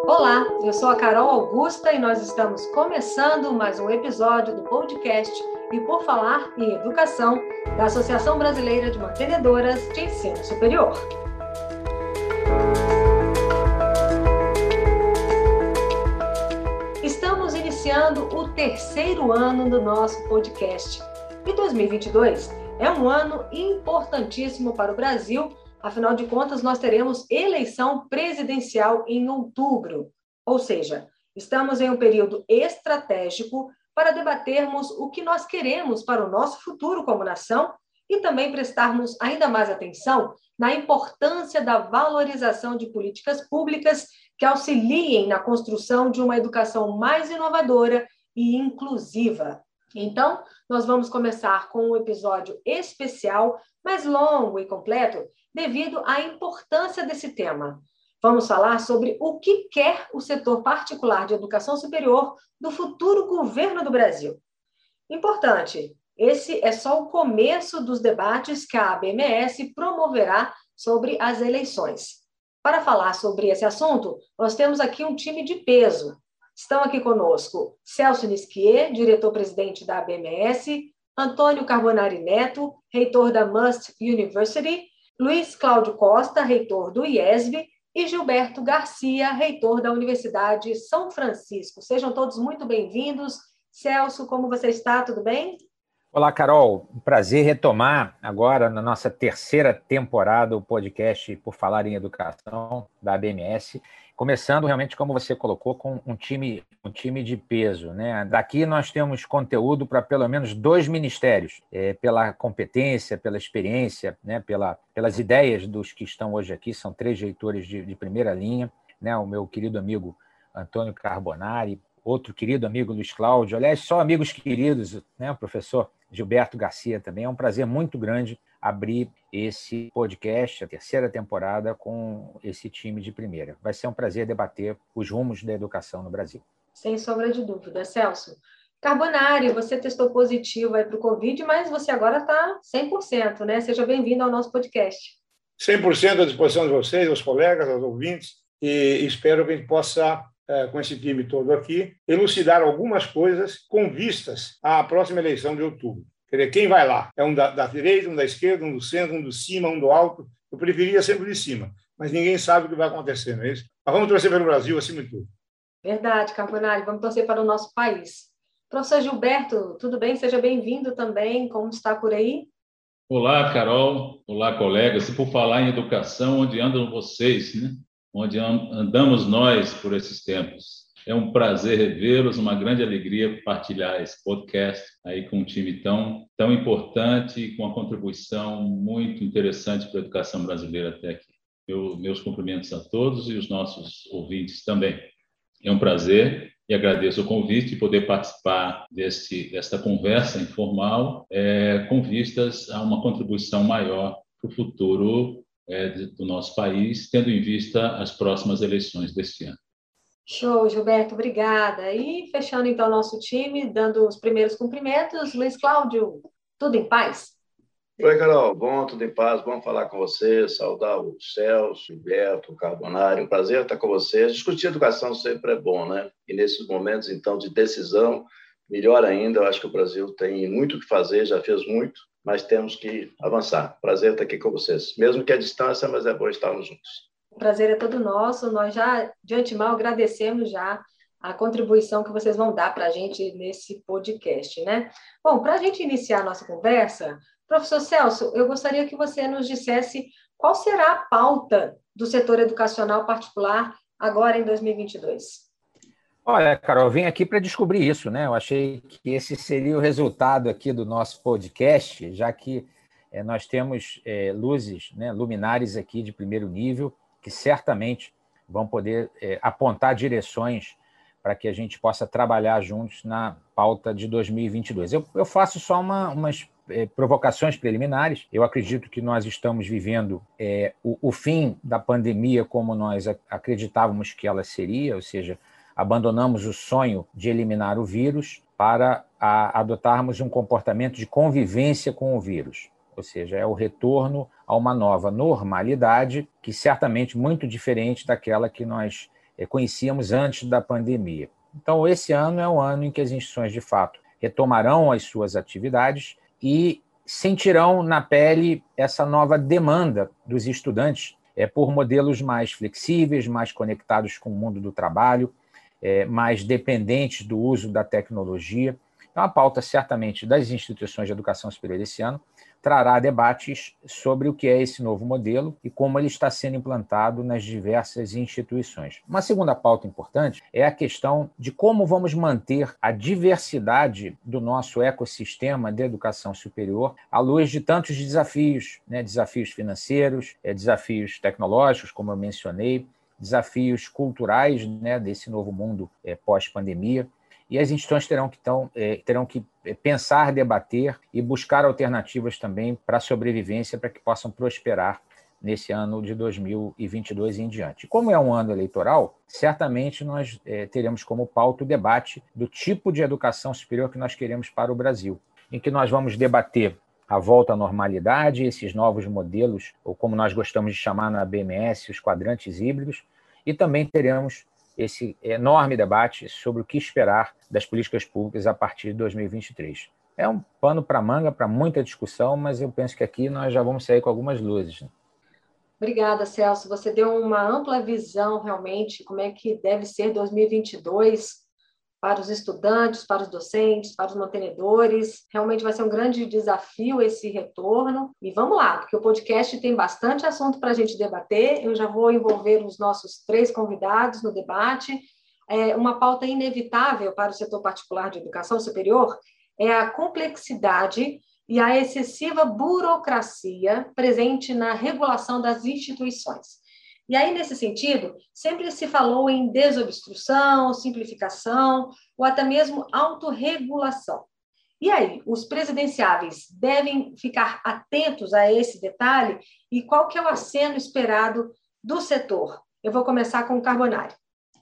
Olá, eu sou a Carol Augusta e nós estamos começando mais um episódio do podcast E por Falar em Educação, da Associação Brasileira de Mantenedoras de Ensino Superior. Estamos iniciando o terceiro ano do nosso podcast e 2022 é um ano importantíssimo para o Brasil. Afinal de contas, nós teremos eleição presidencial em outubro. Ou seja, estamos em um período estratégico para debatermos o que nós queremos para o nosso futuro como nação e também prestarmos ainda mais atenção na importância da valorização de políticas públicas que auxiliem na construção de uma educação mais inovadora e inclusiva. Então, nós vamos começar com um episódio especial, mais longo e completo, devido à importância desse tema. Vamos falar sobre o que quer o setor particular de educação superior do futuro governo do Brasil. Importante, esse é só o começo dos debates que a ABMS promoverá sobre as eleições. Para falar sobre esse assunto, nós temos aqui um time de peso. Estão aqui conosco Celso Nisquier, diretor-presidente da ABMS, Antônio Carbonari Neto, reitor da Must University, Luiz Cláudio Costa, reitor do IESB, e Gilberto Garcia, reitor da Universidade São Francisco. Sejam todos muito bem-vindos. Celso, como você está? Tudo bem? Olá, Carol. Um prazer retomar agora na nossa terceira temporada o podcast Por Falar em Educação da ABMS, começando realmente, como você colocou, com um time de peso, né? Daqui nós temos conteúdo para pelo menos 2 ministérios, pela competência, pela experiência, né? Pelas ideias dos que estão hoje aqui, são 3 reitores de primeira linha, né? O meu querido amigo Antônio Carbonari, outro querido amigo Luiz Cláudio, aliás, só amigos queridos, né? O professor Gilberto Garcia também. É um prazer muito grande abrir esse podcast, a terceira temporada, com esse time de primeira. Vai ser um prazer debater os rumos da educação no Brasil. Sem sombra de dúvida. Celso, Carbonari, você testou positivo aí para o Covid, mas você agora está 100%, né? Seja bem-vindo ao nosso podcast. 100% à disposição de vocês, aos colegas, aos ouvintes, e espero que a gente possa, com esse time todo aqui, elucidar algumas coisas com vistas à próxima eleição de outubro. Quer dizer, quem vai lá? É um da direita, um da esquerda, um do centro, um do cima, um do alto. Eu preferia sempre de cima, mas ninguém sabe o que vai acontecer, não é isso? Mas vamos torcer pelo Brasil acima de tudo. Verdade, Carbonari, vamos torcer para o nosso país. Professor Gilberto, tudo bem? Seja bem-vindo também. Como está por aí? Olá, Carol. Olá, colegas. E por falar em educação, onde andam vocês, né? Onde andamos nós por esses tempos. É um prazer revê-los, uma grande alegria partilhar esse podcast aí com um time tão importante e com uma contribuição muito interessante para a educação brasileira até aqui. Meus cumprimentos a todos e os nossos ouvintes também. É um prazer e agradeço o convite de poder participar desta conversa informal com vistas a uma contribuição maior para o futuro do nosso país, tendo em vista as próximas eleições deste ano. Show, Gilberto, obrigada. E fechando então o nosso time, dando os primeiros cumprimentos, Luiz Cláudio, tudo em paz? Oi, Carol, bom, tudo em paz, bom falar com você, saudar o Celso, o Gilberto, o Carbonari, um prazer estar com vocês. Discutir educação sempre é bom, né? E nesses momentos, então, de decisão, melhor ainda, eu acho que o Brasil tem muito o que fazer, já fez muito, mas temos que avançar. Prazer estar aqui com vocês, mesmo que à distância, mas é bom estarmos juntos. O prazer é todo nosso, nós já, de antemão, agradecemos já a contribuição que vocês vão dar para a gente nesse podcast, né? Bom, para a gente iniciar a nossa conversa, professor Celso, eu gostaria que você nos dissesse qual será a pauta do setor educacional particular agora em 2022. Olha, Carol, eu vim aqui para descobrir isso, né? Eu achei que esse seria o resultado aqui do nosso podcast, já que nós temos luzes, né, luminares aqui de primeiro nível, que certamente vão poder apontar direções para que a gente possa trabalhar juntos na pauta de 2022. Eu faço só umas provocações preliminares. Eu acredito que nós estamos vivendo o fim da pandemia como nós acreditávamos que ela seria, ou seja, abandonamos o sonho de eliminar o vírus para adotarmos um comportamento de convivência com o vírus. Ou seja, é o retorno a uma nova normalidade que certamente muito diferente daquela que nós conhecíamos antes da pandemia. Então, esse ano é o ano em que as instituições, de fato, retomarão as suas atividades e sentirão na pele essa nova demanda dos estudantes por modelos mais flexíveis, mais conectados com o mundo do trabalho, mais dependentes do uso da tecnologia. Então, a pauta, certamente, das instituições de educação superior esse ano trará debates sobre o que é esse novo modelo e como ele está sendo implantado nas diversas instituições. Uma segunda pauta importante é a questão de como vamos manter a diversidade do nosso ecossistema de educação superior à luz de tantos desafios, desafios financeiros, desafios tecnológicos, como eu mencionei, desafios culturais desse novo mundo pós-pandemia. E as instituições terão que pensar, debater e buscar alternativas também para a sobrevivência, para que possam prosperar nesse ano de 2022 e em diante. Como é um ano eleitoral, certamente nós teremos como pauta o debate do tipo de educação superior que nós queremos para o Brasil, em que nós vamos debater a volta à normalidade, esses novos modelos, ou como nós gostamos de chamar na BMS, os quadrantes híbridos, e também teremos esse enorme debate sobre o que esperar das políticas públicas a partir de 2023. É um pano para manga, para muita discussão, mas eu penso que aqui nós já vamos sair com algumas luzes. Obrigada, Celso. Você deu uma ampla visão, realmente, como é que deve ser 2022 para os estudantes, para os docentes, para os mantenedores. Realmente vai ser um grande desafio esse retorno. E vamos lá, porque o podcast tem bastante assunto para a gente debater. Eu já vou envolver os nossos 3 convidados no debate. Uma pauta inevitável para o setor particular de educação superior é a complexidade e a excessiva burocracia presente na regulação das instituições. E aí, nesse sentido, sempre se falou em desobstrução, simplificação ou até mesmo autorregulação. E aí, os presidenciáveis devem ficar atentos a esse detalhe e qual que é o aceno esperado do setor? Eu vou começar com o Carbonari.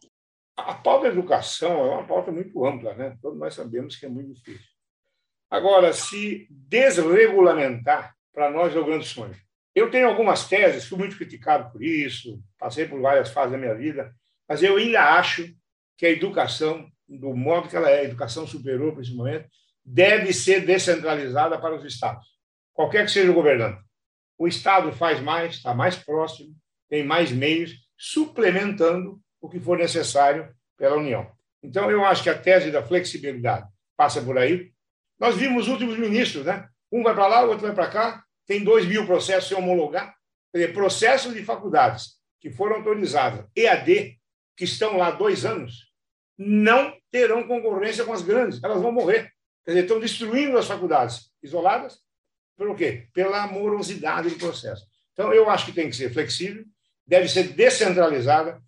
A pauta da educação é uma pauta muito ampla, né? Todos nós sabemos que é muito difícil. Agora, se desregulamentar, para nós é o grande sonho. Eu tenho algumas teses, fui muito criticado por isso, passei por várias fases da minha vida, mas eu ainda acho que a educação, do modo que ela é, a educação superior, principalmente, deve ser descentralizada para os estados, qualquer que seja o governante. O estado faz mais, está mais próximo, tem mais meios, suplementando o que for necessário pela União. Então, eu acho que a tese da flexibilidade passa por aí. Nós vimos os últimos ministros, né? Um vai para lá, o outro vai para cá, tem 2.000 processos sem homologar. Quer dizer, processos de faculdades que foram autorizadas, EAD, que estão lá 2 anos, não terão concorrência com as grandes, elas vão morrer. Quer dizer, estão destruindo as faculdades isoladas. Por quê? Pela morosidade do processo. Então, eu acho que tem que ser flexível, deve ser descentralizada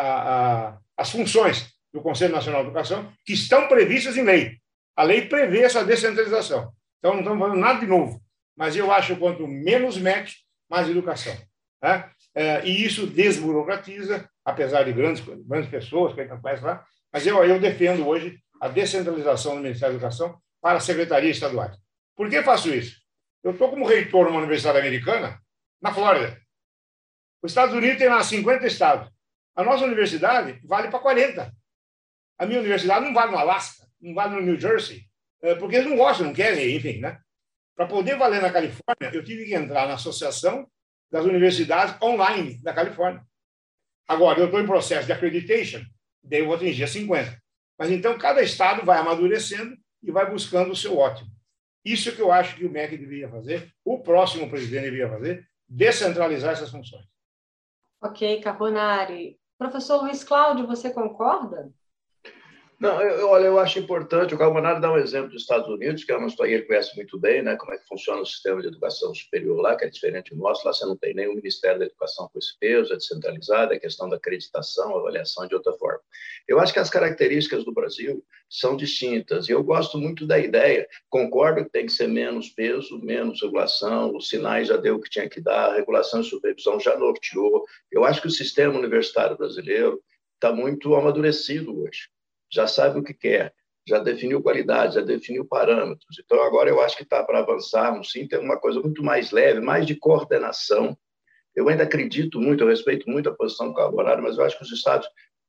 as funções do Conselho Nacional de Educação, que estão previstas em lei. A lei prevê essa descentralização. Então, não estamos falando nada de novo. Mas eu acho que quanto menos MEC, mais educação. Né? E isso desburocratiza, apesar de grandes pessoas que a gente conhece lá, mas eu defendo hoje a descentralização do Ministério da Educação para as secretarias estaduais. Por que faço isso? Eu estou como reitor numa universidade americana, na Flórida. Os Estados Unidos tem lá 50 estados. A nossa universidade vale para 40. A minha universidade não vale no Alasca, não vale no New Jersey, porque eles não gostam, não querem, enfim, né? Para poder valer na Califórnia, eu tive que entrar na Associação das Universidades Online da Califórnia. Agora, eu estou em processo de accreditation, daí eu vou atingir a 50. Mas então, cada estado vai amadurecendo e vai buscando o seu ótimo. Isso é que eu acho que o MEC deveria fazer, o próximo presidente deveria fazer, descentralizar essas funções. Ok, Carbonari. Professor Luiz Cláudio, você concorda? Não, olha, eu acho importante, o Carbonari dá um exemplo dos Estados Unidos, que é uma história que ele conhece muito bem, né, como é que funciona o sistema de educação superior lá, que é diferente do nosso. Lá você não tem nenhum Ministério da Educação com esse peso, é descentralizado, é questão da acreditação, avaliação de outra forma. Eu acho que as características do Brasil são distintas, e eu gosto muito da ideia, concordo que tem que ser menos peso, menos regulação, os sinais já deu o que tinha que dar, a regulação e supervisão já norteou. Eu acho que o sistema universitário brasileiro está muito amadurecido hoje. Já sabe o que quer, já definiu qualidade, já definiu parâmetros. Então, agora eu acho que está para avançarmos, sim, ter uma coisa muito mais leve, mais de coordenação. Eu ainda acredito muito, eu respeito muito a posição do Carbonari, mas eu acho que os estados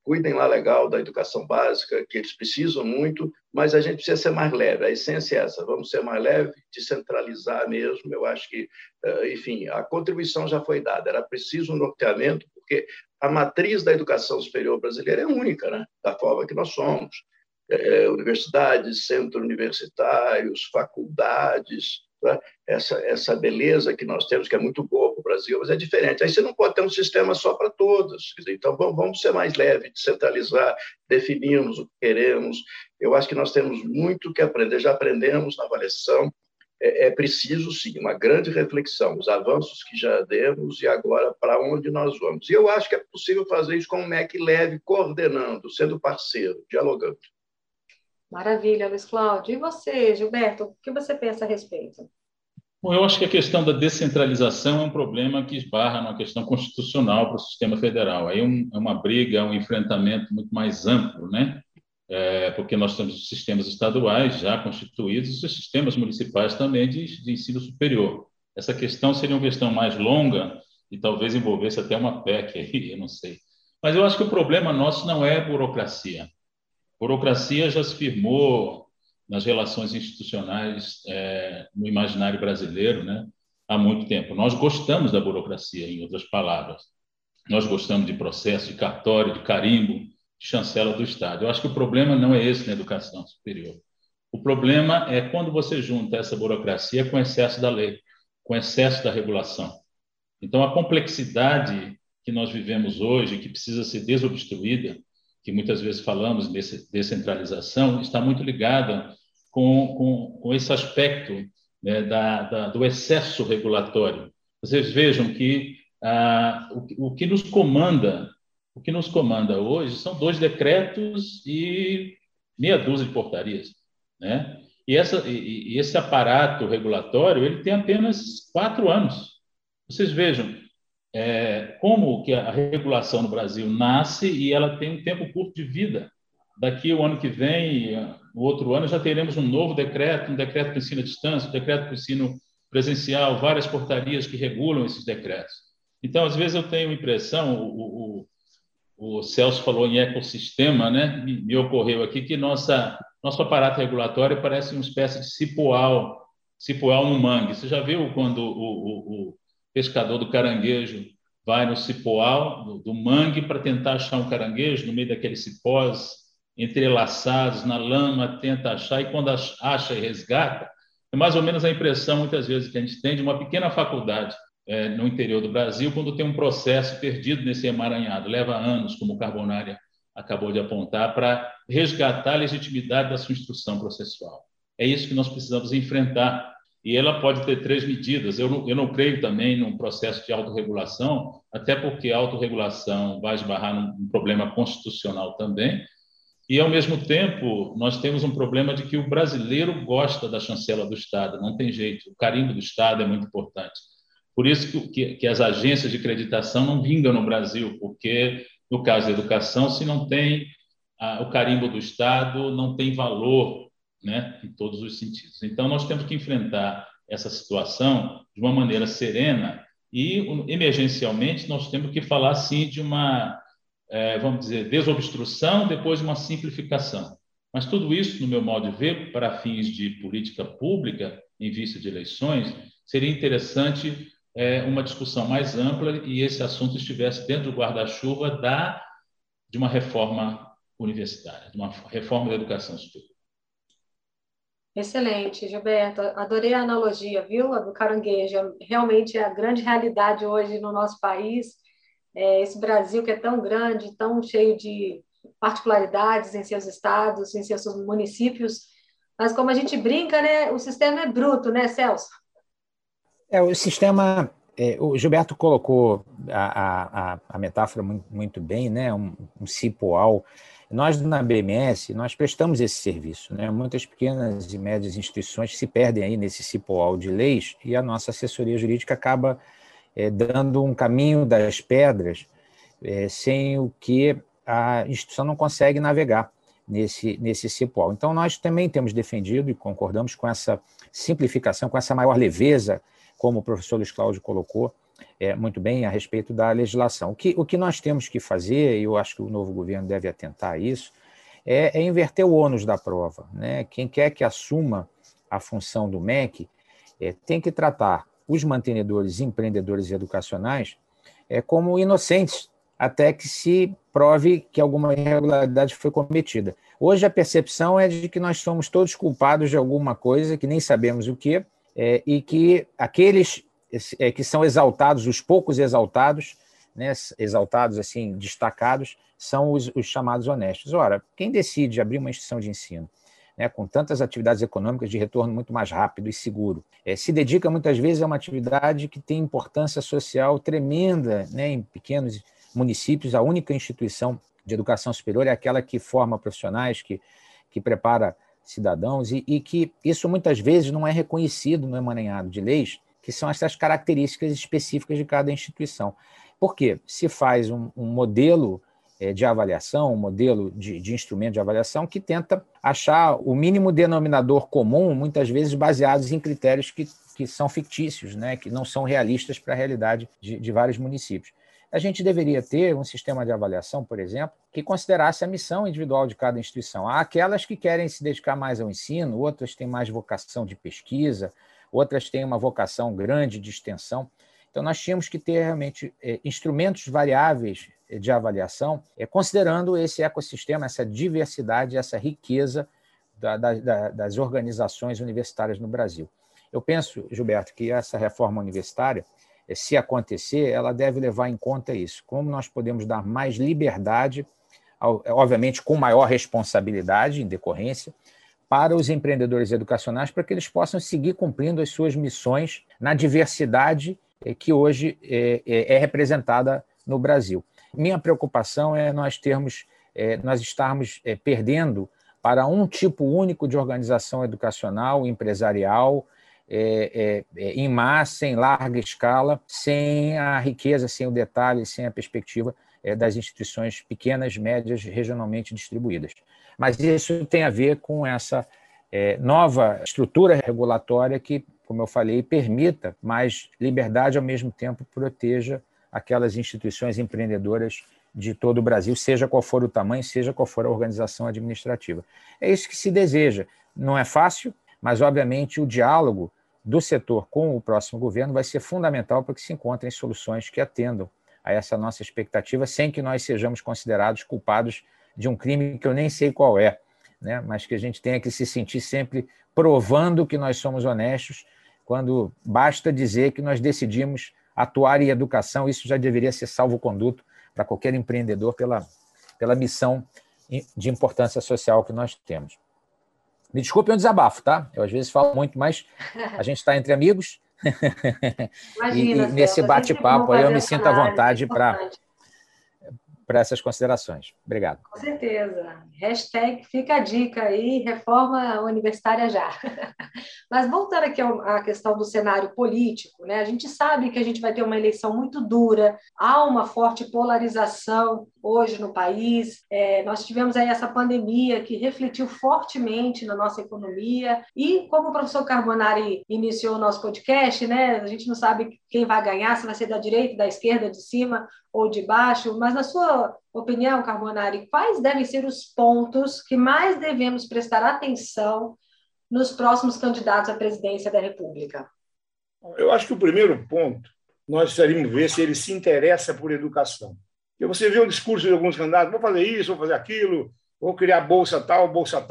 cuidem lá legal da educação básica, que eles precisam muito, mas a gente precisa ser mais leve. A essência é essa, vamos ser mais leve, descentralizar mesmo. Eu acho que, enfim, a contribuição já foi dada, era preciso um norteamento, porque a matriz da educação superior brasileira é única, né? Da forma que nós somos. Universidades, centros universitários, faculdades, né? Essa beleza que nós temos, que é muito boa para o Brasil, mas é diferente. Aí você não pode ter um sistema só para todos. Então, vamos ser mais leve, descentralizar, definirmos o que queremos. Eu acho que nós temos muito que aprender, já aprendemos na avaliação. É preciso, sim, uma grande reflexão, os avanços que já demos e agora para onde nós vamos. E eu acho que é possível fazer isso com o MEC leve, coordenando, sendo parceiro, dialogando. Maravilha, Luiz Cláudio. E você, Gilberto, o que você pensa a respeito? Bom, eu acho que a questão da descentralização é um problema que esbarra numa questão constitucional para o sistema federal. Aí é uma briga, um enfrentamento muito mais amplo, né? Porque nós temos os sistemas estaduais já constituídos e os sistemas municipais também de ensino superior. Essa questão seria uma questão mais longa e talvez envolvesse até uma PEC aí, eu não sei. Mas eu acho que o problema nosso não é burocracia. Burocracia já se firmou nas relações institucionais no imaginário brasileiro, né, há muito tempo. Nós gostamos da burocracia, em outras palavras. Nós gostamos de processo, de cartório, de carimbo, de chancela do Estado. Eu acho que o problema não é esse na educação superior. O problema é quando você junta essa burocracia com o excesso da lei, com o excesso da regulação. Então, a complexidade que nós vivemos hoje, que precisa ser desobstruída, que muitas vezes falamos de descentralização, está muito ligada com esse aspecto, né, do excesso regulatório. Vocês vejam que o que nos comanda hoje são 2 decretos e meia dúzia de portarias, né? E esse aparato regulatório ele tem apenas 4 anos. Vocês vejam como que a regulação no Brasil nasce e ela tem um tempo curto de vida. Daqui o ano que vem, no outro ano, já teremos um novo decreto, um decreto para o ensino à distância, um decreto para o ensino presencial, várias portarias que regulam esses decretos. Então, às vezes eu tenho a impressão, o Celso falou em ecossistema, né? Me ocorreu aqui que nosso aparato regulatório parece uma espécie de cipoal no mangue. Você já viu quando o pescador do caranguejo vai no cipoal do mangue para tentar achar um caranguejo no meio daqueles cipós entrelaçados na lama, tenta achar e quando acha e resgata, é mais ou menos a impressão muitas vezes que a gente tem de uma pequena faculdade no interior do Brasil quando tem um processo perdido nesse emaranhado. Leva anos, como o Carbonari acabou de apontar, para resgatar a legitimidade da sua instrução processual. É isso que nós precisamos enfrentar. E ela pode ter 3 medidas. Eu não creio também num processo de autorregulação, até porque a autorregulação vai esbarrar num problema constitucional também. E, ao mesmo tempo, nós temos um problema de que o brasileiro gosta da chancela do Estado, não tem jeito. O carimbo do Estado é muito importante. Por isso que as agências de acreditação não vingam no Brasil, porque, no caso da educação, se não tem o carimbo do Estado, não tem valor, né, em todos os sentidos. Então, nós temos que enfrentar essa situação de uma maneira serena e, emergencialmente, nós temos que falar, sim, de uma, vamos dizer, desobstrução, depois de uma simplificação. Mas tudo isso, no meu modo de ver, para fins de política pública, em vista de eleições, seria interessante uma discussão mais ampla e esse assunto estivesse dentro do guarda-chuva de uma reforma universitária, de uma reforma da educação superior. Excelente, Gilberto. Adorei a analogia, viu? A do caranguejo. Realmente é a grande realidade hoje no nosso país. Esse Brasil que é tão grande, tão cheio de particularidades em seus estados, em seus municípios. Mas como a gente brinca, né? O sistema é bruto, né, Celso? O sistema... o Gilberto colocou a metáfora muito bem, né? Um cipoal. Nós, na BMS, nós prestamos esse serviço, né? Muitas pequenas e médias instituições se perdem aí nesse cipoal de leis e a nossa assessoria jurídica acaba dando um caminho das pedras sem o que a instituição não consegue navegar nesse cipoal. Então, nós também temos defendido e concordamos com essa simplificação, com essa maior leveza, como o professor Luiz Cláudio colocou, muito bem a respeito da legislação. O que nós temos que fazer, e eu acho que o novo governo deve atentar a isso, é inverter o ônus da prova, né? Quem quer que assuma a função do MEC tem que tratar os mantenedores, empreendedores educacionais como inocentes, até que se prove que alguma irregularidade foi cometida. Hoje a percepção é de que nós somos todos culpados de alguma coisa, que nem sabemos o que, e que aqueles que são exaltados, os poucos exaltados, né, exaltados assim, destacados, são os chamados honestos. Ora, quem decide abrir uma instituição de ensino, né, com tantas atividades econômicas de retorno muito mais rápido e seguro, se dedica muitas vezes a uma atividade que tem importância social tremenda, né, em pequenos municípios. A única instituição de educação superior é aquela que forma profissionais, que prepara cidadãos, e que isso muitas vezes não é reconhecido no emaranhado de leis, que são essas características específicas de cada instituição. Por quê? Se faz um modelo de avaliação, um modelo de instrumento de avaliação que tenta achar o mínimo denominador comum, muitas vezes baseados em critérios que são fictícios, né, que não são realistas para a realidade de vários municípios. A gente deveria ter um sistema de avaliação, por exemplo, que considerasse a missão individual de cada instituição. Há aquelas que querem se dedicar mais ao ensino, outras têm mais vocação de pesquisa, outras têm uma vocação grande de extensão. Então, nós tínhamos que ter realmente instrumentos variáveis de avaliação, considerando esse ecossistema, essa diversidade, essa riqueza das organizações universitárias no Brasil. Eu penso, Gilberto, que essa reforma universitária, se acontecer, ela deve levar em conta isso. Como nós podemos dar mais liberdade, obviamente com maior responsabilidade em decorrência, para os empreendedores educacionais, para que eles possam seguir cumprindo as suas missões na diversidade que hoje é representada no Brasil. Minha preocupação é nós estarmos perdendo para um tipo único de organização educacional, empresarial, em massa, em larga escala, sem a riqueza, sem o detalhe, sem a perspectiva das instituições pequenas, médias, regionalmente distribuídas. Mas isso tem a ver com essa nova estrutura regulatória que, como eu falei, permita mais liberdade, ao mesmo tempo proteja aquelas instituições empreendedoras de todo o Brasil, seja qual for o tamanho, seja qual for a organização administrativa. É isso que se deseja. Não é fácil, mas, obviamente, o diálogo do setor com o próximo governo vai ser fundamental para que se encontrem soluções que atendam a essa nossa expectativa, sem que nós sejamos considerados culpados de um crime que eu nem sei qual é, né? Mas que a gente tenha que se sentir sempre provando que nós somos honestos, quando basta dizer que nós decidimos atuar em educação. Isso já deveria ser salvo-conduto para qualquer empreendedor pela missão de importância social que nós temos. Me desculpe um desabafo, tá? Eu às vezes falo muito, mas a gente está entre amigos. Imagina, e nesse bate-papo aí eu me sinto à vontade para essas considerações. Obrigado. Com certeza. Hashtag fica a dica aí, reforma universitária já. Mas voltando aqui à questão do cenário político, né? A gente sabe que a gente vai ter uma eleição muito dura, há uma forte polarização hoje no país, nós tivemos aí essa pandemia que refletiu fortemente na nossa economia, e como o professor Carbonari iniciou o nosso podcast, né? A gente não sabe quem vai ganhar, se vai ser da direita, da esquerda, de cima ou de baixo, mas na sua opinião, Carbonari, quais devem ser os pontos que mais devemos prestar atenção nos próximos candidatos à presidência da República? Eu acho que o primeiro ponto, nós precisaríamos ver se ele se interessa por educação. Porque você vê o discurso de alguns candidatos, vou fazer isso, vou fazer aquilo, vou criar bolsa tal.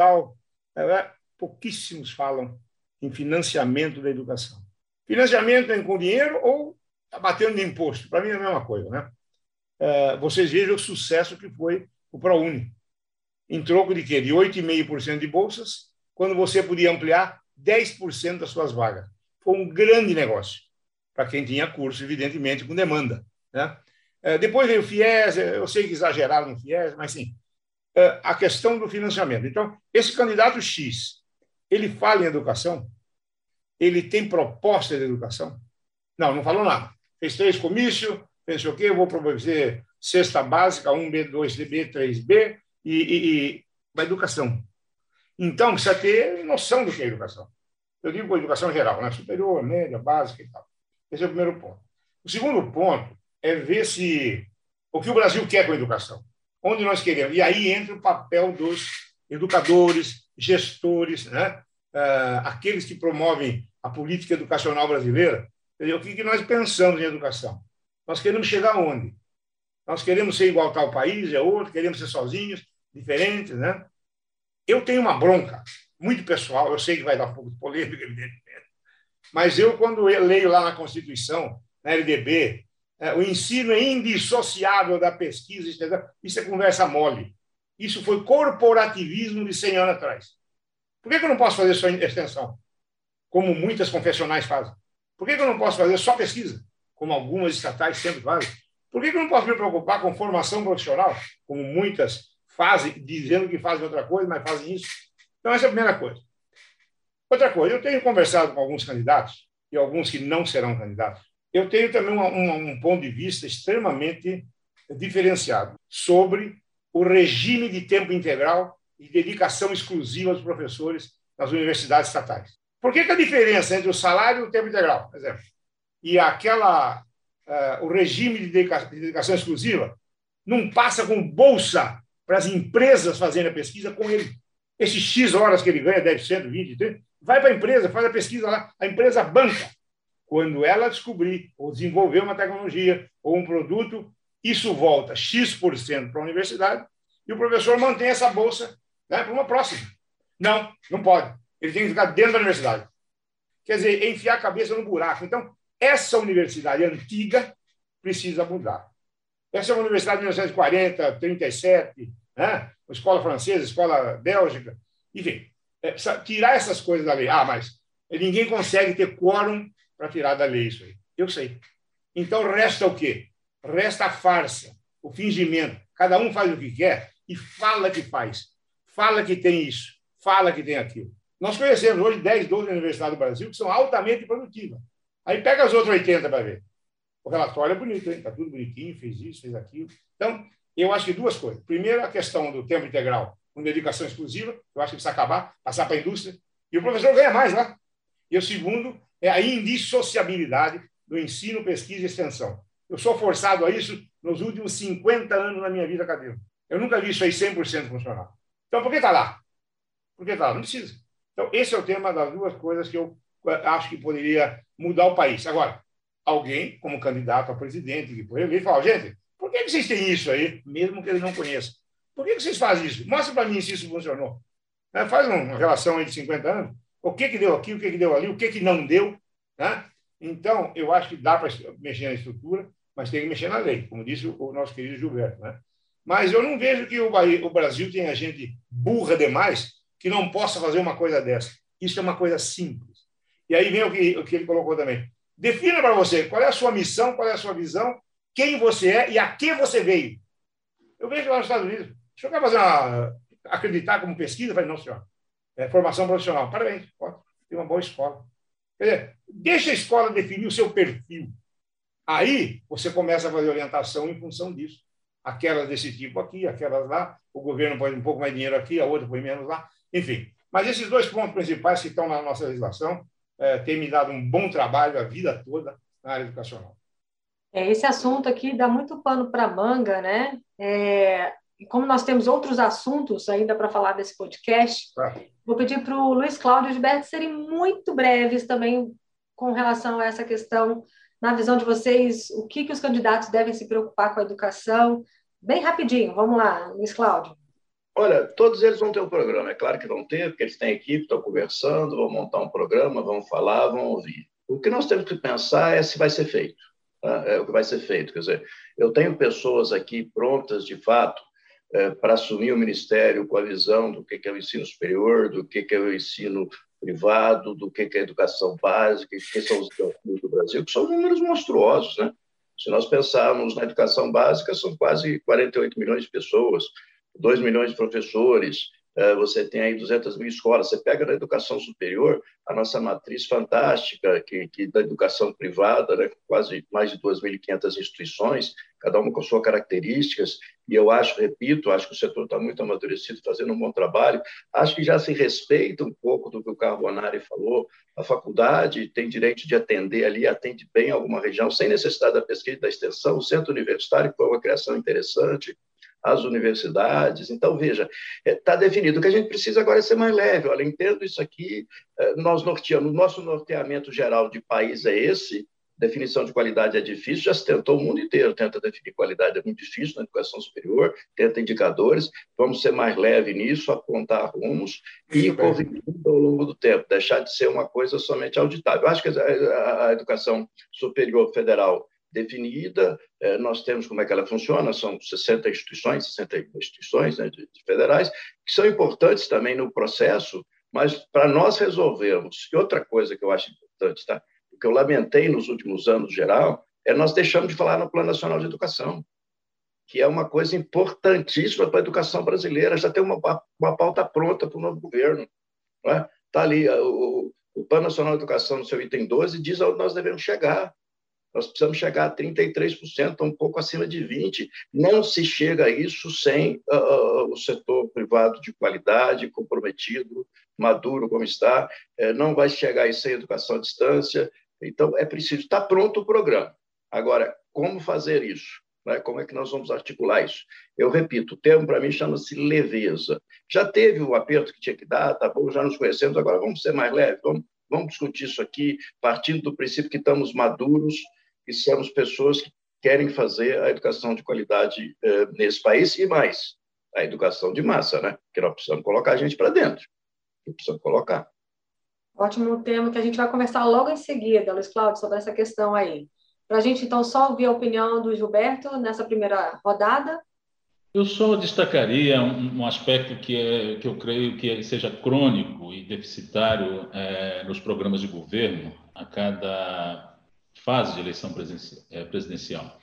Pouquíssimos falam em financiamento da educação. Financiamento é com dinheiro ou batendo de imposto. Para mim é a mesma coisa, né? Vocês vejam o sucesso que foi o ProUni. Em troco de quê? De 8,5% de bolsas, quando você podia ampliar 10% das suas vagas. Foi um grande negócio para quem tinha curso, evidentemente, com demanda, né? Depois veio o FIES, eu sei que exageraram no FIES, mas sim, a questão do financiamento. Então, esse candidato X, ele fala em educação? Ele tem proposta de educação? Não falou nada. Fez 3 comícios, pensou o quê? Eu vou promover cesta básica, 1B, 2B, 3B e a educação. Então, precisa ter noção do que é educação. Eu digo com a educação geral, né? Superior, média, básica e tal. Esse é o primeiro ponto. O segundo ponto é ver se o que o Brasil quer com a educação, onde nós queremos. E aí entra o papel dos educadores, gestores, né? Aqueles que promovem a política educacional brasileira. O que nós pensamos em educação? Nós queremos chegar aonde? Nós queremos ser igual a tal país, é outro, queremos ser sozinhos, diferentes, né? Eu tenho uma bronca muito pessoal, eu sei que vai dar um pouco de polêmica, evidentemente, mas quando eu leio lá na Constituição, na LDB, o ensino é indissociável da pesquisa, isso é conversa mole. Isso foi corporativismo de 100 anos atrás. Por que eu não posso fazer só extensão, como muitas confessionais fazem? Por que eu não posso fazer só pesquisa, como algumas estatais sempre fazem? Por que eu não posso me preocupar com formação profissional, como muitas fazem, dizendo que fazem outra coisa, mas fazem isso? Então, essa é a primeira coisa. Outra coisa, eu tenho conversado com alguns candidatos, e alguns que não serão candidatos. Eu tenho também um ponto de vista extremamente diferenciado sobre o regime de tempo integral e dedicação exclusiva dos professores nas universidades estatais. Por que a diferença entre o salário e o tempo integral, por exemplo, e o regime de dedicação exclusiva não passa com bolsa para as empresas fazerem a pesquisa com ele? Esses X horas que ele ganha, 10%, 20%, 30%, vai para a empresa, faz a pesquisa lá, a empresa banca. Quando ela descobrir ou desenvolver uma tecnologia ou um produto, isso volta X% para a universidade e o professor mantém essa bolsa, né, para uma próxima. Não pode. Ele tem que ficar dentro da universidade. Quer dizer, enfiar a cabeça no buraco. Então, essa universidade antiga precisa mudar. Essa é uma universidade de 1940, 37, né? Escola francesa, escola bélgica, enfim, tirar essas coisas da lei. Mas ninguém consegue ter quórum para tirar da lei isso aí. Eu sei. Então, resta o quê? Resta a farsa, o fingimento. Cada um faz o que quer e fala que faz. Fala que tem isso, fala que tem aquilo. Nós conhecemos hoje 10, 12 universidades do Brasil que são altamente produtivas. Aí pega as outras 80 para ver. O relatório é bonito, hein? Está tudo bonitinho, fez isso, fez aquilo. Então, eu acho que duas coisas. Primeiro, a questão do tempo integral com dedicação exclusiva, eu acho que precisa acabar, passar para a indústria, e o professor ganha mais lá. E o segundo é a indissociabilidade do ensino, pesquisa e extensão. Eu sou forçado a isso nos últimos 50 anos na minha vida acadêmica. Eu nunca vi isso aí 100% funcionar. Então, por que está lá? Por que está lá? Não precisa. Então, esse é o tema das duas coisas que eu acho que poderia mudar o país. Agora, alguém, como candidato a presidente, que por ele fala, gente, por que vocês têm isso aí, mesmo que ele não conheça? Por que vocês fazem isso? Mostra para mim se isso funcionou. Faz uma relação aí de 50 anos. O que deu aqui, o que deu ali, o que não deu. Né? Então, eu acho que dá para mexer na estrutura, mas tem que mexer na lei, como disse o nosso querido Gilberto. Né? Mas eu não vejo que o Brasil tenha gente burra demais que não possa fazer uma coisa dessa. Isso é uma coisa simples. E aí vem o que ele colocou também. Defina para você qual é a sua missão, qual é a sua visão, quem você é e a que você veio. Eu vejo lá nos Estados Unidos. O senhor quer fazer acreditar como pesquisa? Eu falei, não, senhor. É formação profissional. Parabéns, pode. Tem uma boa escola. Quer dizer, deixa a escola definir o seu perfil. Aí você começa a fazer orientação em função disso. Aquelas desse tipo aqui, aquelas lá. O governo põe um pouco mais de dinheiro aqui, a outra põe menos lá. Enfim. Mas esses dois pontos principais que estão na nossa legislação têm me dado um bom trabalho a vida toda na área educacional. Esse assunto aqui dá muito pano para manga, né? E como nós temos outros assuntos ainda para falar desse podcast, vou pedir para o Luiz Cláudio e Gilberto serem muito breves também com relação a essa questão, na visão de vocês, o que os candidatos devem se preocupar com a educação. Bem rapidinho, vamos lá, Luiz Cláudio. Olha, todos eles vão ter um programa, é claro que vão ter, porque eles têm equipe, estão conversando, vão montar um programa, vão falar, vão ouvir. O que nós temos que pensar é se vai ser feito. É o que vai ser feito. Quer dizer, eu tenho pessoas aqui prontas, de fato, para assumir o ministério com a visão do que é o ensino superior, do que é o ensino privado, do que é a educação básica, que são os desafios do Brasil, que são números monstruosos, né? Se nós pensarmos na educação básica, são quase 48 milhões de pessoas, 2 milhões de professores, você tem aí 200 mil escolas. Você pega na educação superior a nossa matriz fantástica, que da educação privada, né, quase mais de 2.500 instituições, cada uma com suas características, e eu acho, repito, acho que o setor está muito amadurecido, fazendo um bom trabalho. Acho que já se respeita um pouco do que o Carbonari falou. A faculdade tem direito de atender ali, atende bem alguma região, sem necessidade da pesquisa e da extensão. O centro universitário, que foi uma criação interessante, as universidades. Então, veja, está definido. O que a gente precisa agora é ser mais leve. Olha, entendo isso aqui, nós norteamos. O nosso norteamento geral de país é esse. Definição de qualidade é difícil, já se tentou o mundo inteiro, tenta definir qualidade, é muito difícil na educação superior, tenta indicadores, vamos ser mais leve nisso, apontar rumos e ir corrigindo ao longo do tempo, deixar de ser uma coisa somente auditável. Eu acho que a educação superior federal definida, nós temos como é que ela funciona, são 60 instituições, né, de federais, que são importantes também no processo, mas para nós resolvermos, e outra coisa que eu acho importante, tá? O que eu lamentei nos últimos anos, geral, nós deixamos de falar no Plano Nacional de Educação, que é uma coisa importantíssima para a educação brasileira. Já tem uma pauta pronta para o novo governo. Está ali, o Plano Nacional de Educação, no seu item 12, diz aonde nós devemos chegar. Nós precisamos chegar a 33%, um pouco acima de 20%. Não se chega a isso sem o setor privado de qualidade, comprometido, maduro como está. Não vai chegar a isso sem educação à distância. Então, é preciso estar pronto o programa. Agora, como fazer isso? Como é que nós vamos articular isso? Eu repito, o termo para mim chama-se leveza. Já teve o aperto que tinha que dar, tá bom, já nos conhecemos, agora vamos ser mais leves, vamos discutir isso aqui, partindo do princípio que estamos maduros e somos pessoas que querem fazer a educação de qualidade nesse país e mais, a educação de massa, né? Porque nós precisamos colocar a gente para dentro. Precisamos colocar. Ótimo tema que a gente vai conversar logo em seguida, Luiz Cláudio, sobre essa questão aí. Para a gente, então, só ouvir a opinião do Gilberto nessa primeira rodada. Eu só destacaria um aspecto que eu creio que seja crônico e deficitário nos programas de governo a cada fase de eleição presidencial.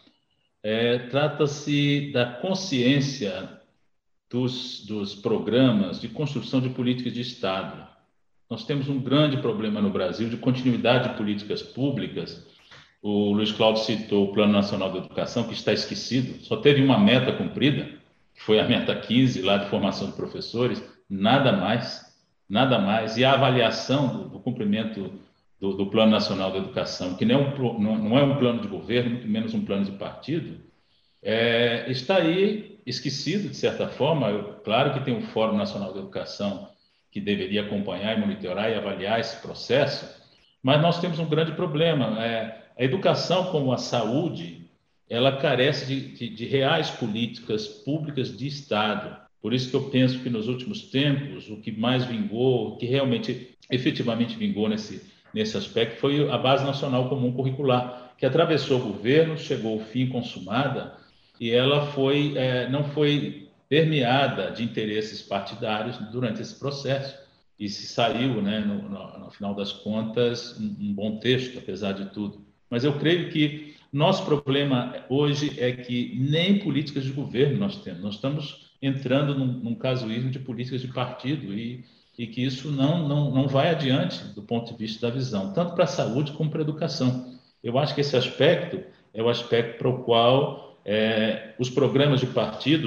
Trata-se da consciência dos programas de construção de políticas de Estado. Nós temos um grande problema no Brasil de continuidade de políticas públicas. O Luiz Cláudio citou o Plano Nacional de Educação, que está esquecido, só teve uma meta cumprida, que foi a meta 15, lá de formação de professores, nada mais, e a avaliação do cumprimento do Plano Nacional de Educação, que não é um plano de governo, muito menos um plano de partido, está aí esquecido, de certa forma. Claro que tem o Fórum Nacional de Educação, que deveria acompanhar e monitorar e avaliar esse processo, mas nós temos um grande problema. A educação, como a saúde, ela carece de reais políticas públicas de Estado. Por isso que eu penso que nos últimos tempos, o que mais vingou, o que realmente, efetivamente vingou nesse aspecto, foi a Base Nacional Comum Curricular, que atravessou o governo, chegou ao fim consumada, e ela não foi permeada de interesses partidários durante esse processo. E se saiu, né, no final das contas, um bom texto, apesar de tudo. Mas eu creio que nosso problema hoje é que nem políticas de governo nós temos. Nós estamos entrando num casuísmo de políticas de partido e que isso não vai adiante do ponto de vista da visão, tanto para a saúde como para a educação. Eu acho que esse aspecto é o aspecto para o qual os programas de partido,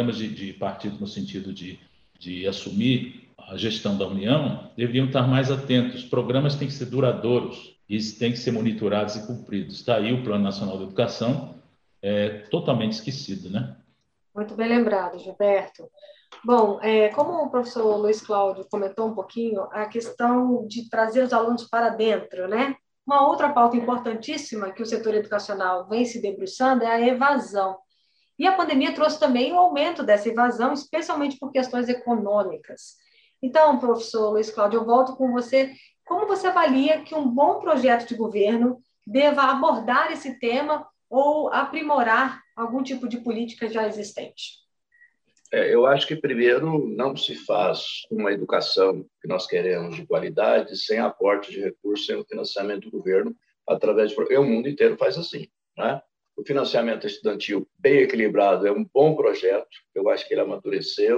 no sentido de assumir a gestão da União, deveriam estar mais atentos. Os programas têm que ser duradouros e têm que ser monitorados e cumpridos. Está aí o Plano Nacional de Educação, totalmente esquecido, né? Muito bem lembrado, Gilberto. Bom, como o professor Luiz Cláudio comentou um pouquinho, a questão de trazer os alunos para dentro, né? Uma outra pauta importantíssima que o setor educacional vem se debruçando é a evasão. E a pandemia trouxe também o aumento dessa evasão, especialmente por questões econômicas. Então, professor Luiz Cláudio, eu volto com você. Como você avalia que um bom projeto de governo deva abordar esse tema ou aprimorar algum tipo de política já existente? Eu acho que, primeiro, não se faz uma educação que nós queremos de qualidade sem aporte de recursos, sem o financiamento do governo, através de... O mundo inteiro faz assim, né? O financiamento estudantil bem equilibrado é um bom projeto, eu acho que ele amadureceu,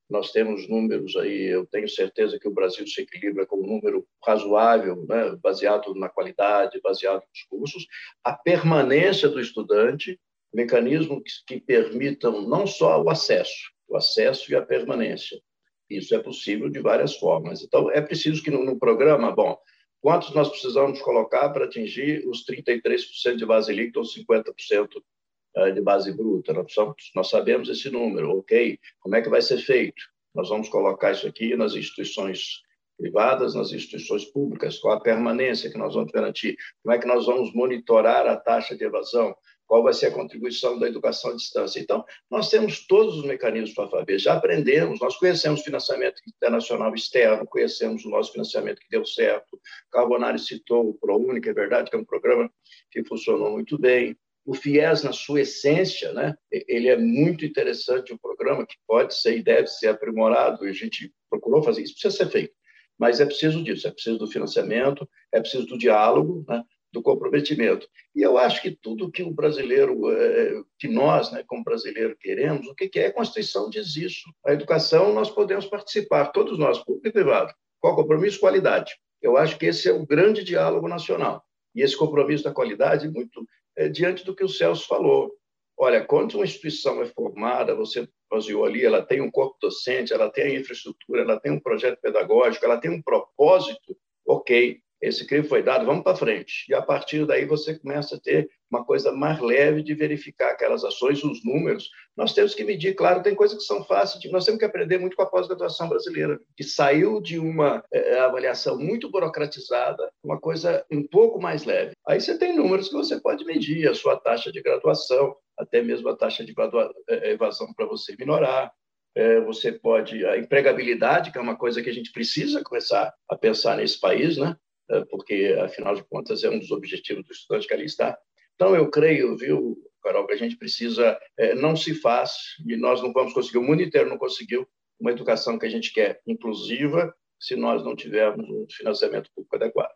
Nós temos números aí, eu tenho certeza que o Brasil se equilibra com um número razoável, né, baseado na qualidade, baseado nos cursos. A permanência do estudante, mecanismos que permitam não só o acesso e a permanência. Isso é possível de várias formas. Então, é preciso que no programa, quantos nós precisamos colocar para atingir os 33% de base líquida ou 50% de base bruta? Nós sabemos esse número, ok? Como é que vai ser feito? Nós vamos colocar isso aqui nas instituições privadas, nas instituições públicas, qual a permanência que nós vamos garantir? Como é que nós vamos monitorar a taxa de evasão? Qual vai ser a contribuição da educação à distância? Então, nós temos todos os mecanismos para fazer, já aprendemos, nós conhecemos financiamento internacional externo, conhecemos o nosso financiamento que deu certo, Carbonari citou o ProUni, que é verdade que é um programa que funcionou muito bem. O FIES, na sua essência, né, ele é muito interessante, um programa que pode ser e deve ser aprimorado, e a gente procurou fazer isso, precisa ser feito. Mas é preciso disso, é preciso do financiamento, é preciso do diálogo, né, do comprometimento. E eu acho que tudo que o brasileiro, que nós, né, como brasileiro, queremos, o que é? A Constituição diz isso. A educação, nós podemos participar, todos nós, público e privado. Qual compromisso? Qualidade. Eu acho que esse é o grande diálogo nacional. E esse compromisso da qualidade, muito diante do que o Celso falou. Olha, quando uma instituição é formada, você baseou ali, ela tem um corpo docente, ela tem a infraestrutura, ela tem um projeto pedagógico, ela tem um propósito, ok, esse crime foi dado, vamos para frente. E, a partir daí, você começa a ter uma coisa mais leve de verificar aquelas ações, os números. Nós temos que medir, claro, tem coisas que são fáceis, nós temos que aprender muito com a pós-graduação brasileira, que saiu de uma avaliação muito burocratizada, uma coisa um pouco mais leve. Aí você tem números que você pode medir, a sua taxa de graduação, até mesmo a taxa de evasão para você minorar. Você pode... A empregabilidade, que é uma coisa que a gente precisa começar a pensar nesse país, né? Porque, afinal de contas, é um dos objetivos do estudante que ali está. Então, eu creio, viu, Carol, que a gente precisa, não se faz, e nós não vamos conseguir, o mundo inteiro não conseguiu uma educação que a gente quer inclusiva, se nós não tivermos um financiamento público adequado.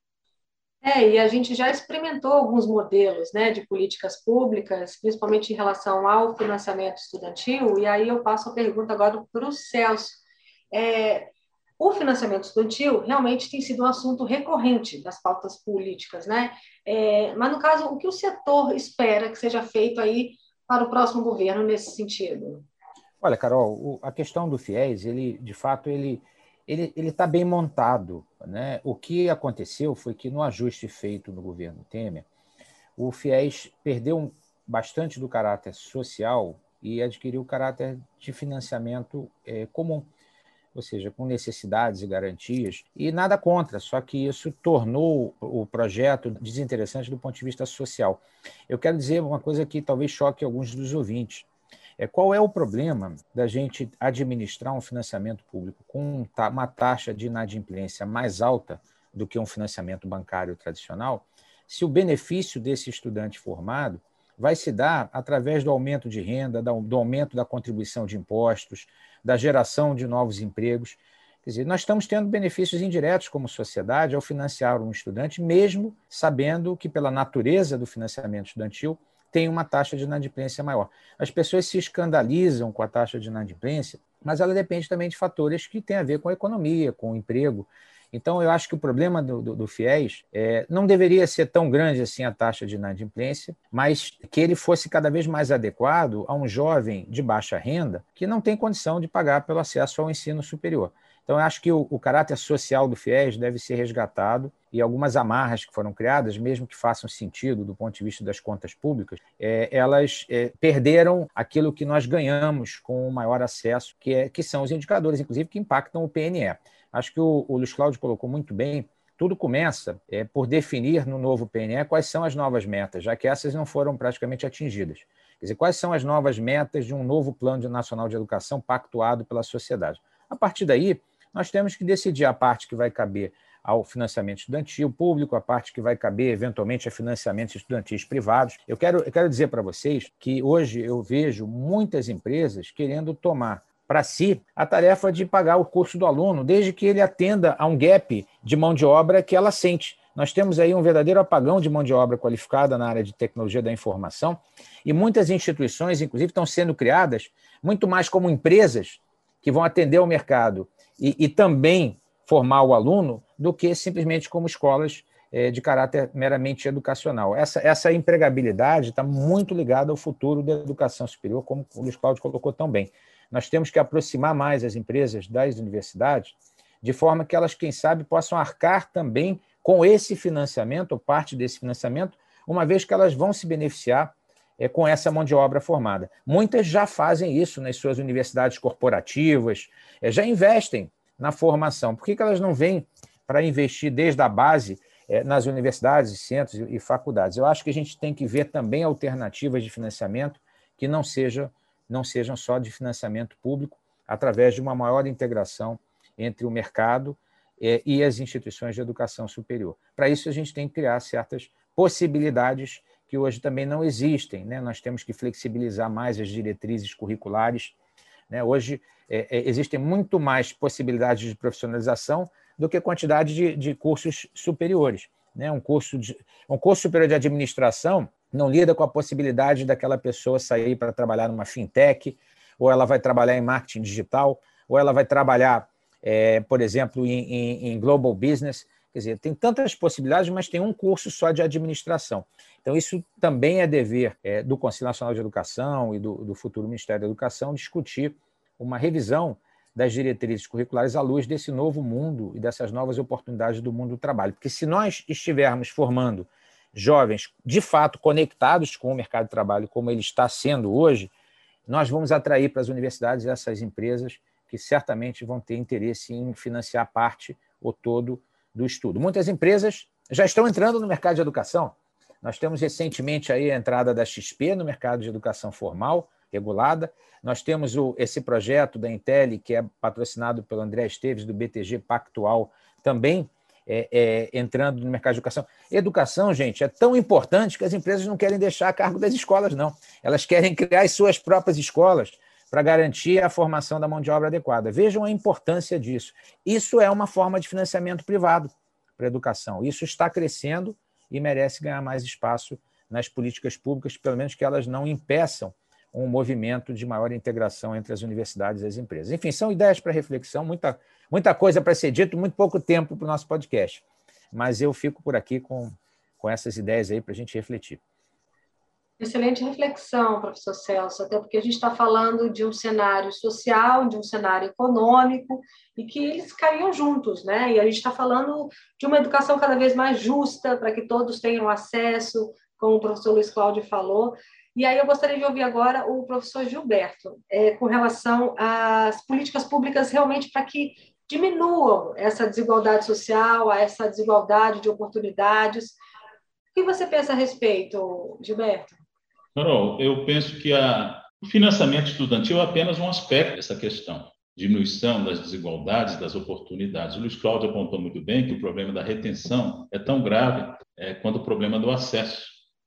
E a gente já experimentou alguns modelos, né, de políticas públicas, principalmente em relação ao financiamento estudantil, e aí eu passo a pergunta agora para o Celso. O financiamento estudantil realmente tem sido um assunto recorrente das pautas políticas, né? Mas, no caso, o que o setor espera que seja feito aí para o próximo governo nesse sentido? Olha, Carol, a questão do FIES, de fato, ele está bem montado, né? O que aconteceu foi que, no ajuste feito no governo Temer, o FIES perdeu bastante do caráter social e adquiriu o caráter de financiamento comum, ou seja, com necessidades e garantias, e nada contra, só que isso tornou o projeto desinteressante do ponto de vista social. Eu quero dizer uma coisa que talvez choque alguns dos ouvintes. Qual é o problema da gente administrar um financiamento público com uma taxa de inadimplência mais alta do que um financiamento bancário tradicional, se o benefício desse estudante formado vai se dar através do aumento de renda, do aumento da contribuição de impostos, da geração de novos empregos? Quer dizer, nós estamos tendo benefícios indiretos como sociedade ao financiar um estudante, mesmo sabendo que, pela natureza do financiamento estudantil, tem uma taxa de inadimplência maior. As pessoas se escandalizam com a taxa de inadimplência, mas ela depende também de fatores que têm a ver com a economia, com o emprego. Então, eu acho que o problema do FIES não deveria ser tão grande assim a taxa de inadimplência, mas que ele fosse cada vez mais adequado a um jovem de baixa renda que não tem condição de pagar pelo acesso ao ensino superior. Então, eu acho que o caráter social do FIES deve ser resgatado e algumas amarras que foram criadas, mesmo que façam sentido do ponto de vista das contas públicas, elas perderam aquilo que nós ganhamos com o maior acesso, que são os indicadores, inclusive, que impactam o PNE. Acho que o Luiz Cláudio colocou muito bem. Tudo começa por definir no novo PNE quais são as novas metas, já que essas não foram praticamente atingidas. Quer dizer, quais são as novas metas de um novo Plano Nacional de Educação pactuado pela sociedade. A partir daí, nós temos que decidir a parte que vai caber ao financiamento estudantil público, a parte que vai caber, eventualmente, a financiamentos estudantis privados. Eu quero dizer para vocês que hoje eu vejo muitas empresas querendo tomar para si a tarefa de pagar o curso do aluno, desde que ele atenda a um gap de mão de obra que ela sente. Nós temos aí um verdadeiro apagão de mão de obra qualificada na área de tecnologia da informação e muitas instituições, inclusive, estão sendo criadas muito mais como empresas que vão atender ao mercado e também formar o aluno, do que simplesmente como escolas de caráter meramente educacional. Essa empregabilidade está muito ligada ao futuro da educação superior, como o Luiz Cláudio colocou tão bem. Nós temos que aproximar mais as empresas das universidades, de forma que elas, quem sabe, possam arcar também com esse financiamento, ou parte desse financiamento, uma vez que elas vão se beneficiar com essa mão de obra formada. Muitas já fazem isso nas suas universidades corporativas, já investem na formação. Por que elas não vêm para investir desde a base nas universidades, centros e faculdades? Eu acho que a gente tem que ver também alternativas de financiamento que não sejam só de financiamento público, através de uma maior integração entre o mercado e as instituições de educação superior. Para isso, a gente tem que criar certas possibilidades que hoje também não existem, né? Nós temos que flexibilizar mais as diretrizes curriculares, né? Hoje existem muito mais possibilidades de profissionalização do que quantidade de cursos superiores, né? Um curso superior de administração não lida com a possibilidade daquela pessoa sair para trabalhar numa fintech, ou ela vai trabalhar em marketing digital, ou ela vai trabalhar, por exemplo, em global business. Quer dizer, tem tantas possibilidades, mas tem um curso só de administração. Então, isso também é dever do Conselho Nacional de Educação e do futuro Ministério da Educação discutir uma revisão das diretrizes curriculares à luz desse novo mundo e dessas novas oportunidades do mundo do trabalho. Porque se nós estivermos formando jovens, de fato, conectados com o mercado de trabalho, como ele está sendo hoje, nós vamos atrair para as universidades essas empresas que certamente vão ter interesse em financiar parte ou todo do estudo. Muitas empresas já estão entrando no mercado de educação. Nós temos recentemente aí a entrada da XP no mercado de educação formal, regulada. Nós temos esse projeto da Intel, que é patrocinado pelo André Esteves, do BTG Pactual, também entrando no mercado de educação. Educação, gente, é tão importante que as empresas não querem deixar a cargo das escolas, não. Elas querem criar as suas próprias escolas para garantir a formação da mão de obra adequada. Vejam a importância disso. Isso é uma forma de financiamento privado para a educação. Isso está crescendo e merece ganhar mais espaço nas políticas públicas, pelo menos que elas não impeçam um movimento de maior integração entre as universidades e as empresas. Enfim, são ideias para reflexão, muita coisa para ser dito, muito pouco tempo para o nosso podcast. Mas eu fico por aqui com essas ideias aí para a gente refletir. Excelente reflexão, professor Celso, até porque a gente está falando de um cenário social, de um cenário econômico, e que eles caminham juntos, né? E a gente está falando de uma educação cada vez mais justa, para que todos tenham acesso, como o professor Luiz Cláudio falou. E aí eu gostaria de ouvir agora o professor Gilberto, com relação às políticas públicas realmente para que diminuam essa desigualdade social, essa desigualdade de oportunidades. O que você pensa a respeito, Gilberto? Carol, eu penso que o financiamento estudantil é apenas um aspecto dessa questão. Diminuição das desigualdades, das oportunidades. O Luiz Cláudio apontou muito bem que o problema da retenção é tão grave quanto o problema do acesso.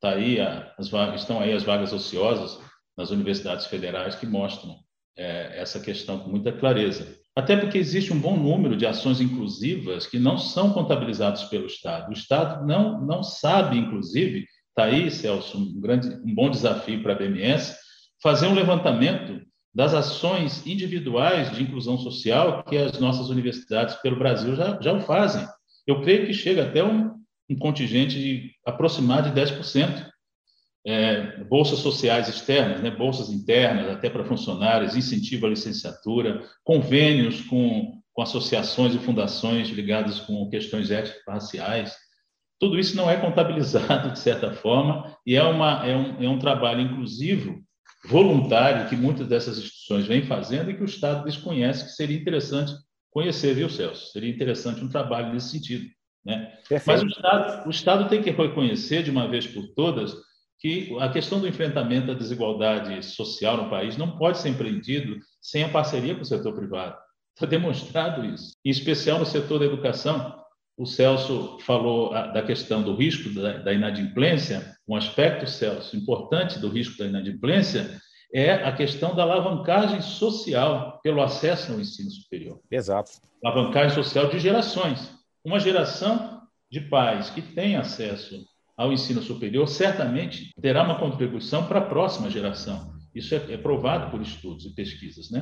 Estão aí as vagas ociosas nas universidades federais que mostram essa questão com muita clareza. Até porque existe um bom número de ações inclusivas que não são contabilizadas pelo Estado. O Estado não sabe, inclusive, está aí, Celso, um bom desafio para a BMS, fazer um levantamento das ações individuais de inclusão social que as nossas universidades pelo Brasil já o fazem. Eu creio que chega até um contingente de aproximar de 10%. Bolsas sociais externas, né, bolsas internas, até para funcionários, incentivo à licenciatura, convênios com associações e fundações ligadas com questões étnico-raciais. Tudo isso não é contabilizado, de certa forma, e é um trabalho inclusivo, voluntário, que muitas dessas instituições vêm fazendo e que o Estado desconhece, que seria interessante conhecer, viu, Celso? Seria interessante um trabalho nesse sentido, né? Mas o Estado tem que reconhecer, de uma vez por todas, que a questão do enfrentamento da desigualdade social no país não pode ser empreendido sem a parceria com o setor privado. Está demonstrado isso. Em especial no setor da educação. O Celso falou da questão do risco da inadimplência. Um aspecto, Celso, importante do risco da inadimplência é a questão da alavancagem social pelo acesso ao ensino superior. Exato. Alavancagem social de gerações. Uma geração de pais que tem acesso ao ensino superior certamente terá uma contribuição para a próxima geração. Isso é provado por estudos e pesquisas, né?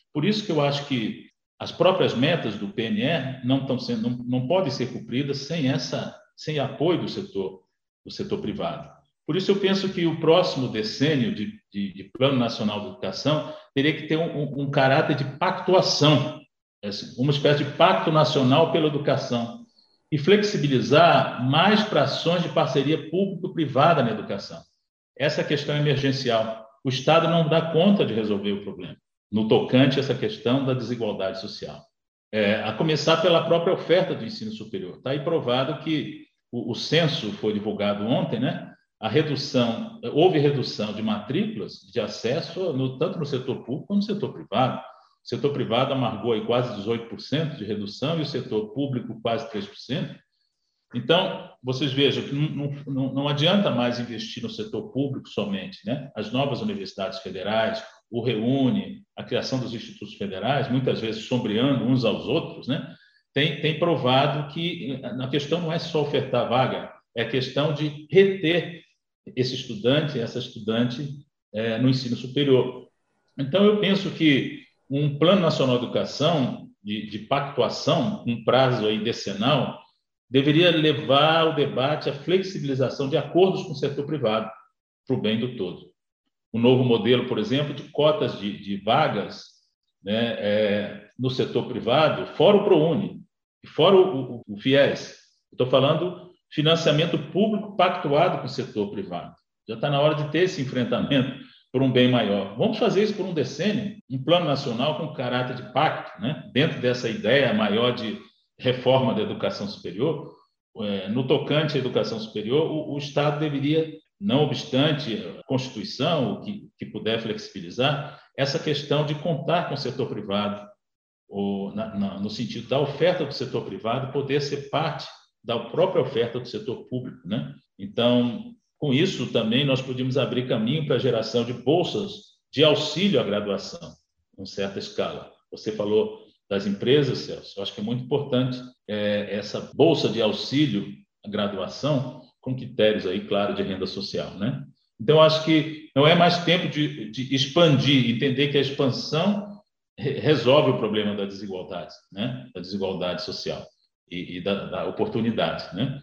Por isso que eu acho que as próprias metas do PNE não podem ser cumpridas sem apoio do setor privado. Por isso eu penso que o próximo decênio de Plano Nacional de Educação teria que ter um caráter de pactuação, uma espécie de pacto nacional pela educação, e flexibilizar mais para ações de parceria público-privada na educação. Essa questão emergencial. O Estado não dá conta de resolver o problema, no tocante a essa questão da desigualdade social. A começar pela própria oferta do ensino superior. Está aí provado que o censo foi divulgado ontem, né? Houve redução de matrículas de acesso tanto no setor público quanto no setor privado. O setor privado amargou aí quase 18% de redução e o setor público quase 3%. Então, vocês vejam que não adianta mais investir no setor público somente, né? As novas universidades federais, o REUNE, a criação dos institutos federais, muitas vezes sombreando uns aos outros, né? Tem provado que a questão não é só ofertar vaga, é a questão de reter esse estudante, essa estudante no ensino superior. Então, eu penso que um Plano Nacional de Educação, de pactuação, um prazo aí decenal, deveria levar o debate à flexibilização de acordos com o setor privado, para o bem do todo. Um novo modelo, por exemplo, de cotas de vagas, né, no setor privado, fora o ProUni, fora o FIES. Estou falando financiamento público pactuado com o setor privado. Já está na hora de ter esse enfrentamento por um bem maior. Vamos fazer isso por um decênio, um plano nacional com caráter de pacto, né? Dentro dessa ideia maior de reforma da educação superior. No tocante à educação superior, o Estado deveria, não obstante a Constituição, o que puder flexibilizar, essa questão de contar com o setor privado, no sentido da oferta do setor privado poder ser parte da própria oferta do setor público, né? Então, com isso também nós podíamos abrir caminho para a geração de bolsas de auxílio à graduação, em certa escala. Você falou das empresas, Celso, eu acho que é muito importante essa bolsa de auxílio à graduação com critérios aí, claro, de renda social, né? Então, eu acho que não é mais tempo de expandir, entender que a expansão resolve o problema da desigualdade, né? Da desigualdade social e da oportunidade, né?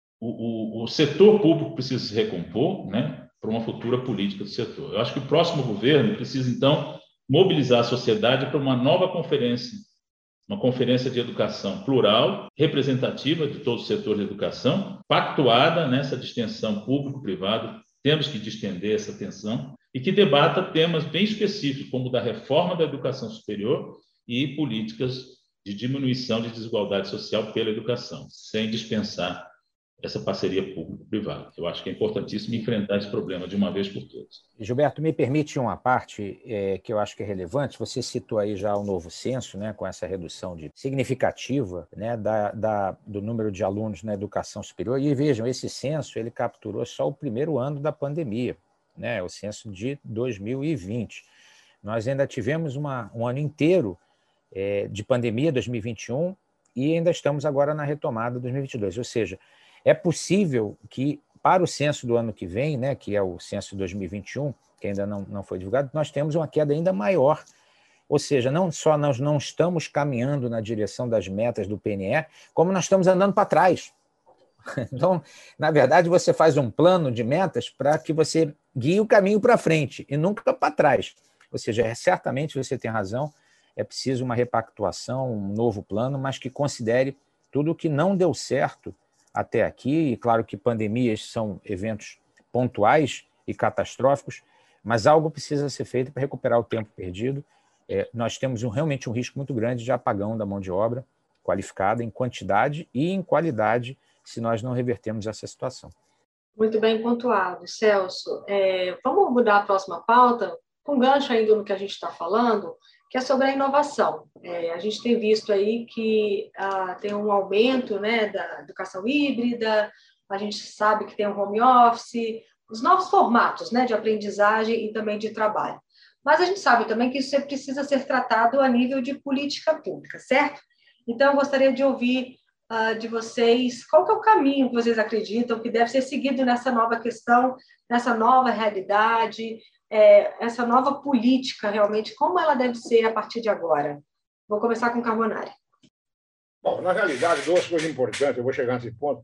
O setor público precisa se recompor, né, para uma futura política do setor. Eu acho que o próximo governo precisa, então, mobilizar a sociedade para uma nova conferência, uma conferência de educação plural, representativa de todo o setor de educação, pactuada nessa distensão público-privado, temos que distender essa tensão, e que debata temas bem específicos, como o da reforma da educação superior e políticas de diminuição de desigualdade social pela educação, sem dispensar essa parceria público-privada. Eu acho que é importantíssimo enfrentar esse problema de uma vez por todas. Gilberto, me permite uma parte que eu acho que é relevante. Você citou aí já o novo censo, né, com essa redução significativa, né, do número de alunos na educação superior. E vejam, esse censo ele capturou só o primeiro ano da pandemia, né, o censo de 2020. Nós ainda tivemos um ano inteiro de pandemia, 2021, e ainda estamos agora na retomada de 2022. Ou seja, é possível que, para o censo do ano que vem, né, que é o censo 2021, que ainda não foi divulgado, nós temos uma queda ainda maior. Ou seja, não só nós não estamos caminhando na direção das metas do PNE, como nós estamos andando para trás. Então, na verdade, você faz um plano de metas para que você guie o caminho para frente e nunca para trás. Ou seja, certamente você tem razão, é preciso uma repactuação, um novo plano, mas que considere tudo o que não deu certo até aqui. E claro que pandemias são eventos pontuais e catastróficos, mas algo precisa ser feito para recuperar o tempo perdido. Nós temos realmente um risco muito grande de apagão da mão de obra qualificada em quantidade e em qualidade se nós não revertermos essa situação. Muito bem pontuado, Celso. Vamos mudar a próxima pauta, com gancho ainda no que a gente está falando, que é sobre a inovação. A gente tem visto aí que tem um aumento, né, da educação híbrida, a gente sabe que tem o home office, os novos formatos, né, de aprendizagem e também de trabalho. Mas a gente sabe também que isso precisa ser tratado a nível de política pública, certo? Então, eu gostaria de ouvir de vocês qual que é o caminho que vocês acreditam que deve ser seguido nessa nova questão, nessa nova realidade. essa nova política, realmente, como ela deve ser a partir de agora? Vou começar com o Carbonari. Bom, na realidade, duas coisas importantes, eu vou chegar nesse ponto.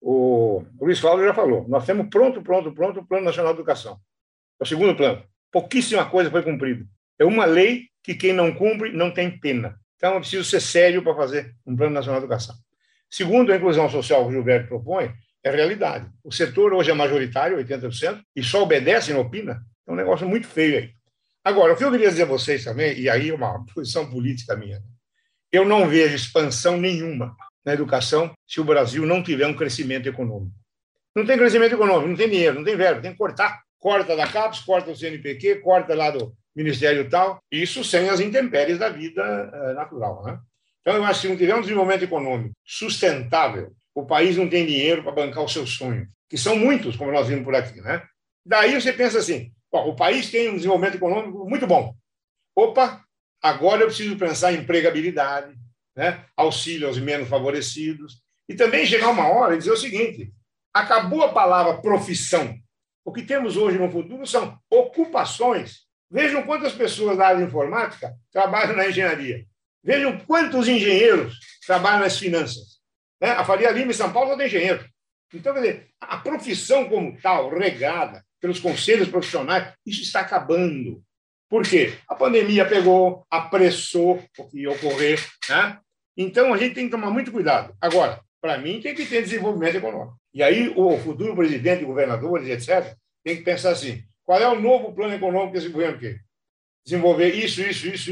O Luiz Cláudio já falou, nós temos pronto o Plano Nacional de Educação. É o segundo plano. Pouquíssima coisa foi cumprida. É uma lei que quem não cumpre não tem pena. Então, é preciso ser sério para fazer um Plano Nacional de Educação. Segundo, a inclusão social que o Gilberto propõe é realidade. O setor hoje é majoritário, 80%, e só obedece e não opina. É um negócio muito feio aí. Agora, o que eu queria dizer a vocês também, e aí é uma posição política minha, eu não vejo expansão nenhuma na educação se o Brasil não tiver um crescimento econômico. Não tem crescimento econômico, não tem dinheiro, não tem verba, tem que cortar. Corta da CAPES, corta do CNPq, corta lá do Ministério tal, isso sem as intempéries da vida natural, né? Então, eu acho que se não tiver um desenvolvimento econômico sustentável, o país não tem dinheiro para bancar o seu sonho, que são muitos, como nós vimos por aqui, né? Daí você pensa assim, o país tem um desenvolvimento econômico muito bom. Opa, agora eu preciso pensar em empregabilidade, né? Auxílio aos menos favorecidos, e também chegar uma hora e dizer o seguinte, acabou a palavra profissão. O que temos hoje no futuro são ocupações. Vejam quantas pessoas da área de informática trabalham na engenharia. Vejam quantos engenheiros trabalham nas finanças. A Faria Lima, em São Paulo, tem engenheiro. Então, quer dizer, a profissão como tal, regada pelos conselhos profissionais, isso está acabando. Por quê? A pandemia pegou, apressou o que ia ocorrer, né? Então, a gente tem que tomar muito cuidado. Agora, para mim, tem que ter desenvolvimento econômico. E aí, o futuro presidente, governadores, etc., tem que pensar assim, qual é o novo plano econômico que esse governo quer? Desenvolver isso.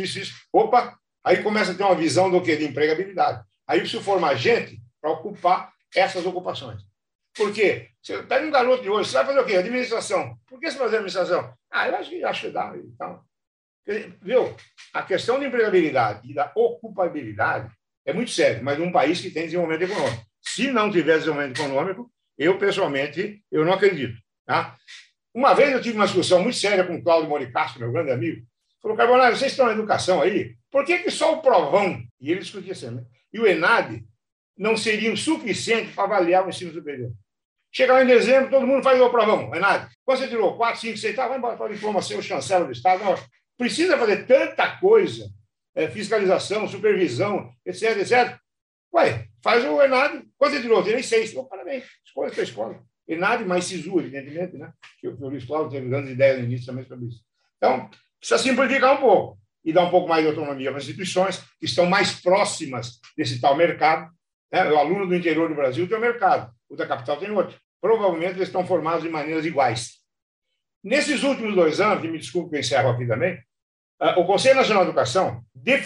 Opa, aí começa a ter uma visão do quê? De empregabilidade. Aí precisa formar gente para ocupar essas ocupações. Por quê? Você pega um garoto de hoje, você vai fazer o quê? Administração. Por que você vai fazer administração? Eu acho que dá. Então. Viu? A questão da empregabilidade e da ocupabilidade é muito séria, mas num país que tem desenvolvimento econômico. Se não tiver desenvolvimento econômico, eu, pessoalmente, eu não acredito. Tá? Uma vez eu tive uma discussão muito séria com o Cláudio Moricastro, meu grande amigo. Falou, Carbonari, vocês estão na educação aí, por que só o Provão, e ele discutia assim, né? E o ENAD não seriam suficientes para avaliar o ensino superior? Chega lá em dezembro, todo mundo faz o Provão, o ENAD. Quando você tirou 4, 5, 6, vai embora para o diploma ser o chancela do Estado. Não, precisa fazer tanta coisa, fiscalização, supervisão, etc. Ué, faz o ENAD. Quando você tirou? Tirei 6. Parabéns, escolha a sua escola. ENAD mais SISU, evidentemente, né? Que o Luiz Cláudio teve grandes ideias no início também sobre isso. Então, precisa simplificar um pouco e dar um pouco mais de autonomia para as instituições que estão mais próximas desse tal mercado. Né? O aluno do interior do Brasil tem um mercado, o da capital tem outro. Provavelmente eles estão formados de maneiras iguais. Nesses últimos 2 anos, e me desculpe que eu encerro aqui também, o Conselho Nacional de Educação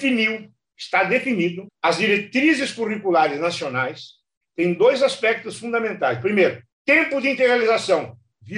está definido as diretrizes curriculares nacionais. Tem 2 aspectos fundamentais. Primeiro, tempo de integralização,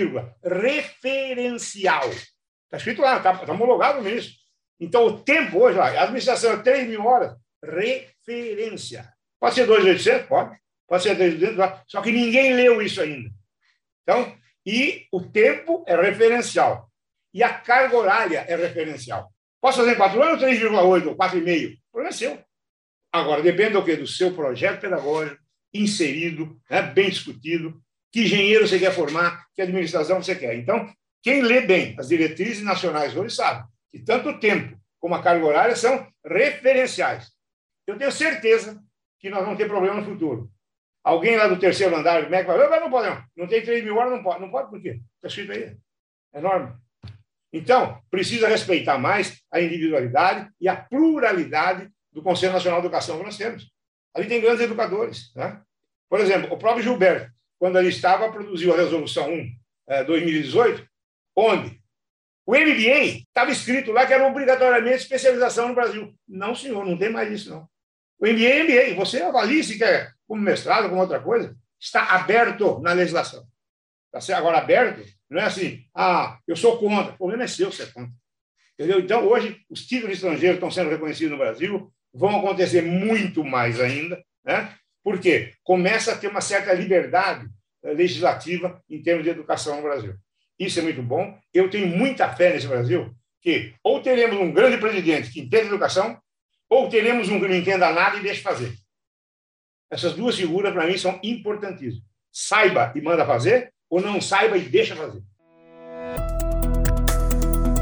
referencial. Está escrito lá, está homologado no ministro. Então, o tempo hoje, a administração é 3.000 horas, referência. Pode ser 2.800? Pode ser 3.200, só que ninguém leu isso ainda. Então, e o tempo é referencial. E a carga horária é referencial. Posso fazer em 4 anos, 3,8 ou 4,5? O problema é seu. Agora, depende do quê? Do seu projeto pedagógico, inserido, né, bem discutido, que engenheiro você quer formar, que administração você quer. Então, quem lê bem as diretrizes nacionais hoje sabe que tanto o tempo como a carga horária são referenciais. Eu tenho certeza que nós vamos ter problema no futuro. Alguém lá do 3º andar do MEC vai falar, não pode não tem 3.000 horas, não pode. Não pode por quê? Está escrito aí. É enorme. Então, precisa respeitar mais a individualidade e a pluralidade do Conselho Nacional de Educação que nós temos. Ali tem grandes educadores. Né? Por exemplo, o próprio Gilberto, quando ele estava, produziu a Resolução 1/2018, onde o MBA estava escrito lá que era obrigatoriamente especialização no Brasil. Não, senhor, não tem mais isso, não. O MBA é MBA. Você avalie se quer como mestrado, como outra coisa. Está aberto na legislação. Está agora aberto, não é assim, eu sou contra. O problema é seu, você é contra. Entendeu? Então, hoje, os títulos estrangeiros estão sendo reconhecidos no Brasil, vão acontecer muito mais ainda, né? Porque começa a ter uma certa liberdade legislativa em termos de educação no Brasil. Isso é muito bom. Eu tenho muita fé nesse Brasil, que ou teremos um grande presidente que entenda educação, ou teremos um que não entenda nada e deixe fazer. Essas 2 figuras, para mim, são importantíssimas. Saiba e manda fazer, ou não saiba e deixa fazer.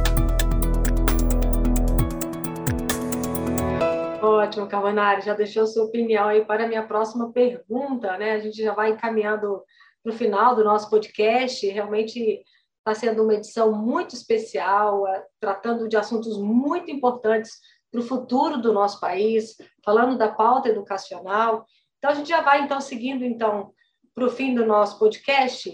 Ótimo, Carbonari, já deixou sua opinião aí para a minha próxima pergunta, né? A gente já vai encaminhando para o final do nosso podcast. Realmente está sendo uma edição muito especial, tratando de assuntos muito importantes para o futuro do nosso país, falando da pauta educacional. Então, a gente já vai, então, seguindo, então, para o fim do nosso podcast.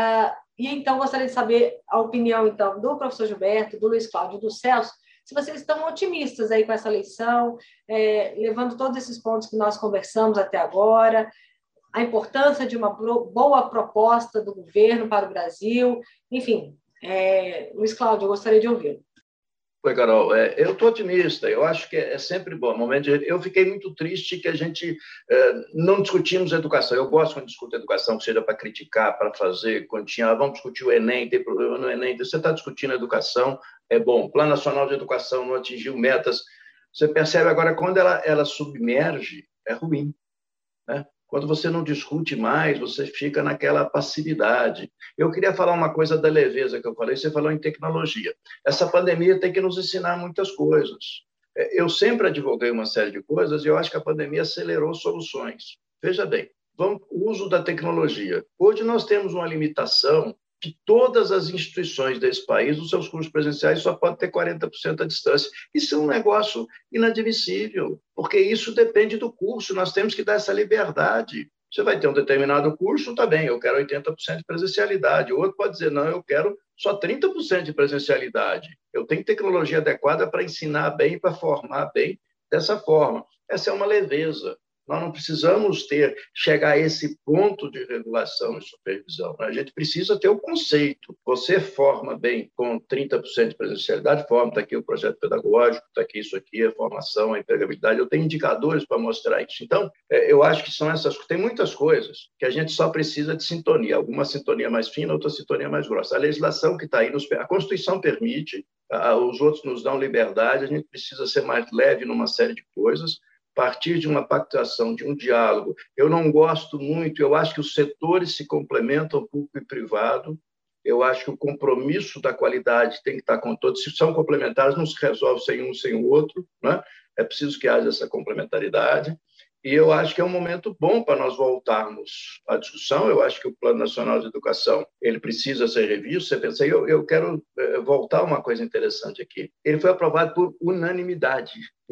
E, então, gostaria de saber a opinião, então, do professor Gilberto, do Luiz Cláudio e do Celso, se vocês estão otimistas aí com essa eleição, levando todos esses pontos que nós conversamos até agora, a importância de uma boa proposta do governo para o Brasil, enfim. Luiz Cláudio, eu gostaria de ouvi-lo. Oi, Carol. Eu estou otimista. Eu acho que é sempre bom. Eu fiquei muito triste que a gente não discutimos educação. Eu gosto quando discuto educação, seja para criticar, para fazer, quando tinha, vamos discutir o Enem, tem problema no Enem. Você está discutindo educação, é bom. O Plano Nacional de Educação não atingiu metas. Você percebe agora, quando ela submerge, é ruim, né? Quando você não discute mais, você fica naquela passividade. Eu queria falar uma coisa da leveza que eu falei, você falou em tecnologia. Essa pandemia tem que nos ensinar muitas coisas. Eu sempre advoguei uma série de coisas e eu acho que a pandemia acelerou soluções. Veja bem, o uso da tecnologia. Hoje nós temos uma limitação que todas as instituições desse país, os seus cursos presenciais, só podem ter 40% à distância. Isso é um negócio inadmissível, porque isso depende do curso, nós temos que dar essa liberdade. Você vai ter um determinado curso, tá bem, eu quero 80% de presencialidade. O outro pode dizer, não, eu quero só 30% de presencialidade. Eu tenho tecnologia adequada para ensinar bem, para formar bem dessa forma. Essa é uma leveza. Nós não precisamos chegar a esse ponto de regulação e supervisão. A gente precisa ter o conceito. Você forma bem com 30% de presencialidade, está aqui o projeto pedagógico, está aqui isso aqui, a formação, a empregabilidade. Eu tenho indicadores para mostrar isso. Então, eu acho que são essas. Tem muitas coisas que a gente só precisa de sintonia. Alguma sintonia mais fina, outra sintonia mais grossa. A legislação que está aí, a Constituição permite, os outros nos dão liberdade, a gente precisa ser mais leve numa série de coisas, partir de uma pactuação, de um diálogo. Eu não gosto muito, eu acho que os setores se complementam, público e privado. Eu acho que o compromisso da qualidade tem que estar com todos. Se são complementares, não se resolve sem um, sem o outro, né? É preciso que haja essa complementaridade. E eu acho que é um momento bom para nós voltarmos à discussão. Eu acho que o Plano Nacional de Educação ele precisa ser revisto. Você pensa, eu quero voltar a uma coisa interessante aqui. Ele foi aprovado por unanimidade,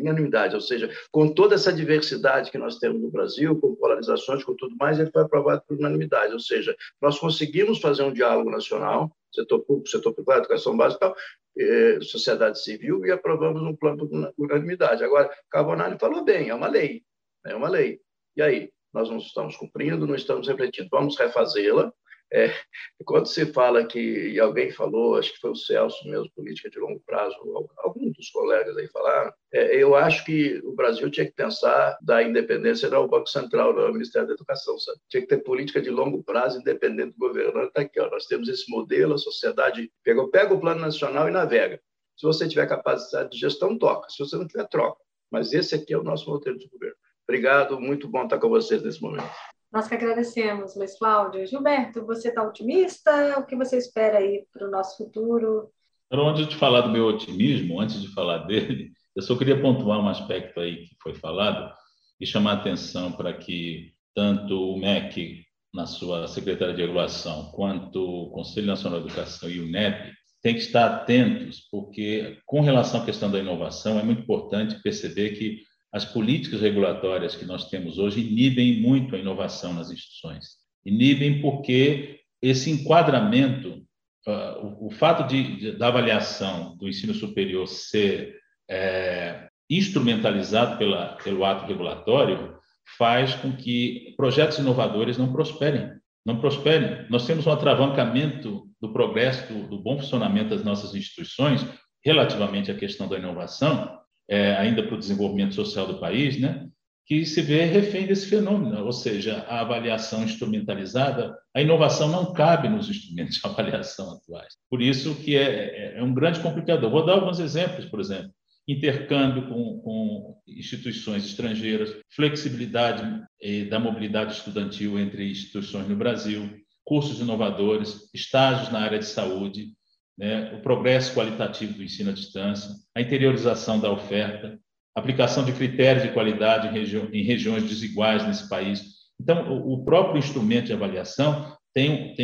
ou seja, com toda essa diversidade que nós temos no Brasil, com polarizações, com tudo mais, ele foi aprovado por unanimidade, ou seja, nós conseguimos fazer um diálogo nacional, setor público, setor privado, educação básica e tal, sociedade civil, e aprovamos um plano por unanimidade. Agora, Carbonari falou bem, é uma lei. É uma lei. E aí? Nós não estamos cumprindo, não estamos refletindo. Vamos refazê-la. Quando se fala que, e alguém falou, acho que foi o Celso mesmo, política de longo prazo, alguns dos colegas aí falaram, eu acho que o Brasil tinha que pensar da independência do Banco Central, do Ministério da Educação, sabe? Tinha que ter política de longo prazo, independente do governo. Está aqui, ó, nós temos esse modelo, a sociedade pega o Plano Nacional e navega. Se você tiver capacidade de gestão, toca. Se você não tiver, troca. Mas esse aqui é o nosso modelo de governo. Obrigado, muito bom estar com vocês nesse momento. Nós que agradecemos, Luiz Cláudio. Gilberto, você está otimista? O que você espera aí para o nosso futuro? Antes de falar do meu otimismo, antes de falar dele, eu só queria pontuar um aspecto aí que foi falado e chamar a atenção para que tanto o MEC, na sua Secretaria de Regulação, quanto o Conselho Nacional de Educação e o INEP, têm que estar atentos, porque, com relação à questão da inovação, é muito importante perceber que as políticas regulatórias que nós temos hoje inibem muito a inovação nas instituições. Inibem porque esse enquadramento, o fato da avaliação do ensino superior ser instrumentalizado pelo ato regulatório faz com que projetos inovadores não prosperem. Nós temos um atravancamento do progresso, do bom funcionamento das nossas instituições relativamente à questão da inovação, ainda para o desenvolvimento social do país, né, que se vê refém desse fenômeno, ou seja, a avaliação instrumentalizada, a inovação não cabe nos instrumentos de avaliação atuais. Por isso que é um grande complicador. Vou dar alguns exemplos, por exemplo, intercâmbio com instituições estrangeiras, flexibilidade da mobilidade estudantil entre instituições no Brasil, cursos inovadores, estágios na área de saúde, né, o progresso qualitativo do ensino à distância, a interiorização da oferta, aplicação de critérios de qualidade em regiões desiguais nesse país. Então, o próprio instrumento de avaliação tem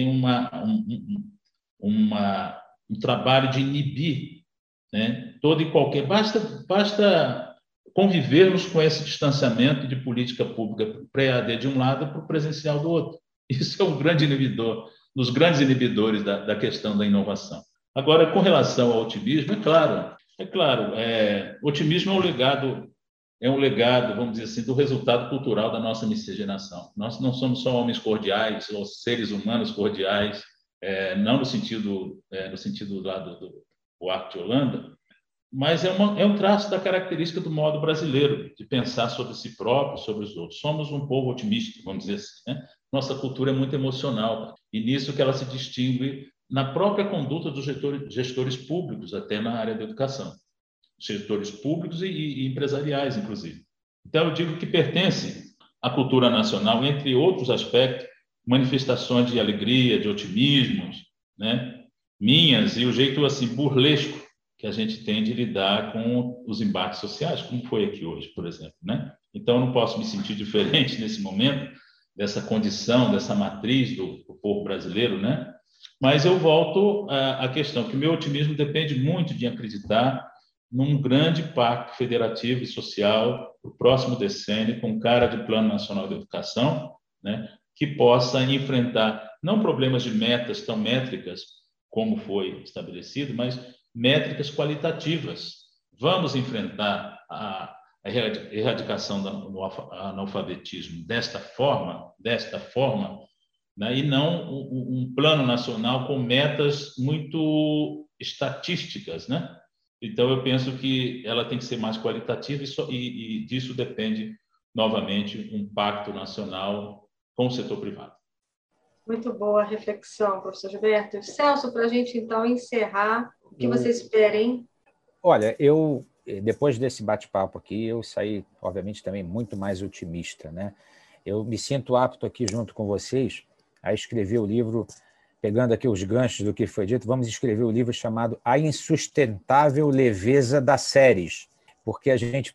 um trabalho de inibir, né, todo e qualquer... Basta convivermos com esse distanciamento de política pública pré-AD de um lado para o presencial do outro. Isso é um grande inibidor, dos grandes inibidores da questão da inovação. Agora, com relação ao otimismo, é claro, otimismo é um legado, vamos dizer assim, do resultado cultural da nossa miscigenação. Nós não somos só homens cordiais ou seres humanos cordiais, não no sentido lá do Arco de Holanda, mas é um traço da característica do modo brasileiro, de pensar sobre si próprio, sobre os outros. Somos um povo otimista, vamos dizer assim, né? Nossa cultura é muito emocional, e nisso que ela se distingue na própria conduta dos gestores públicos, até na área da educação. Gestores públicos e empresariais, inclusive. Então, eu digo que pertence à cultura nacional, entre outros aspectos, manifestações de alegria, de otimismo, né? Minhas, e o jeito assim burlesco que a gente tem de lidar com os embates sociais, como foi aqui hoje, por exemplo, né? Então, eu não posso me sentir diferente nesse momento dessa condição, dessa matriz do povo brasileiro, né? Mas eu volto à questão que o meu otimismo depende muito de acreditar num grande pacto federativo e social para o próximo decênio, com cara de Plano Nacional de Educação, né? Que possa enfrentar não problemas de metas tão métricas como foi estabelecido, mas métricas qualitativas. Vamos enfrentar a erradicação do analfabetismo desta forma, né? E não um plano nacional com metas muito estatísticas, né? Então, eu penso que ela tem que ser mais qualitativa e disso depende, novamente, um pacto nacional com o setor privado. Muito boa reflexão, professor Gilberto. Celso, para a gente, então, encerrar, o que você espera, hein? Olha, depois desse bate-papo aqui, eu saí, obviamente, também muito mais otimista, né? Eu me sinto apto aqui, junto com vocês, a escrever o livro, pegando aqui os ganchos do que foi dito, vamos escrever o livro chamado A Insustentável Leveza das Séries, porque a gente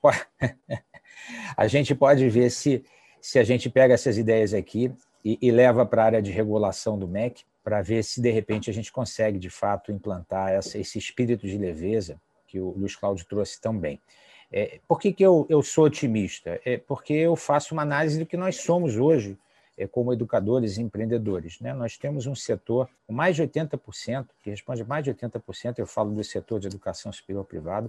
pode ver se a gente pega essas ideias aqui e leva para a área de regulação do MEC, para ver se, de repente, a gente consegue, de fato, implantar esse espírito de leveza que o Luiz Cláudio trouxe tão bem. Por que eu sou otimista? Porque eu faço uma análise do que nós somos hoje, como educadores e empreendedores, né? Nós temos um setor com mais de 80%, que responde a mais de 80%, eu falo do setor de educação superior privado,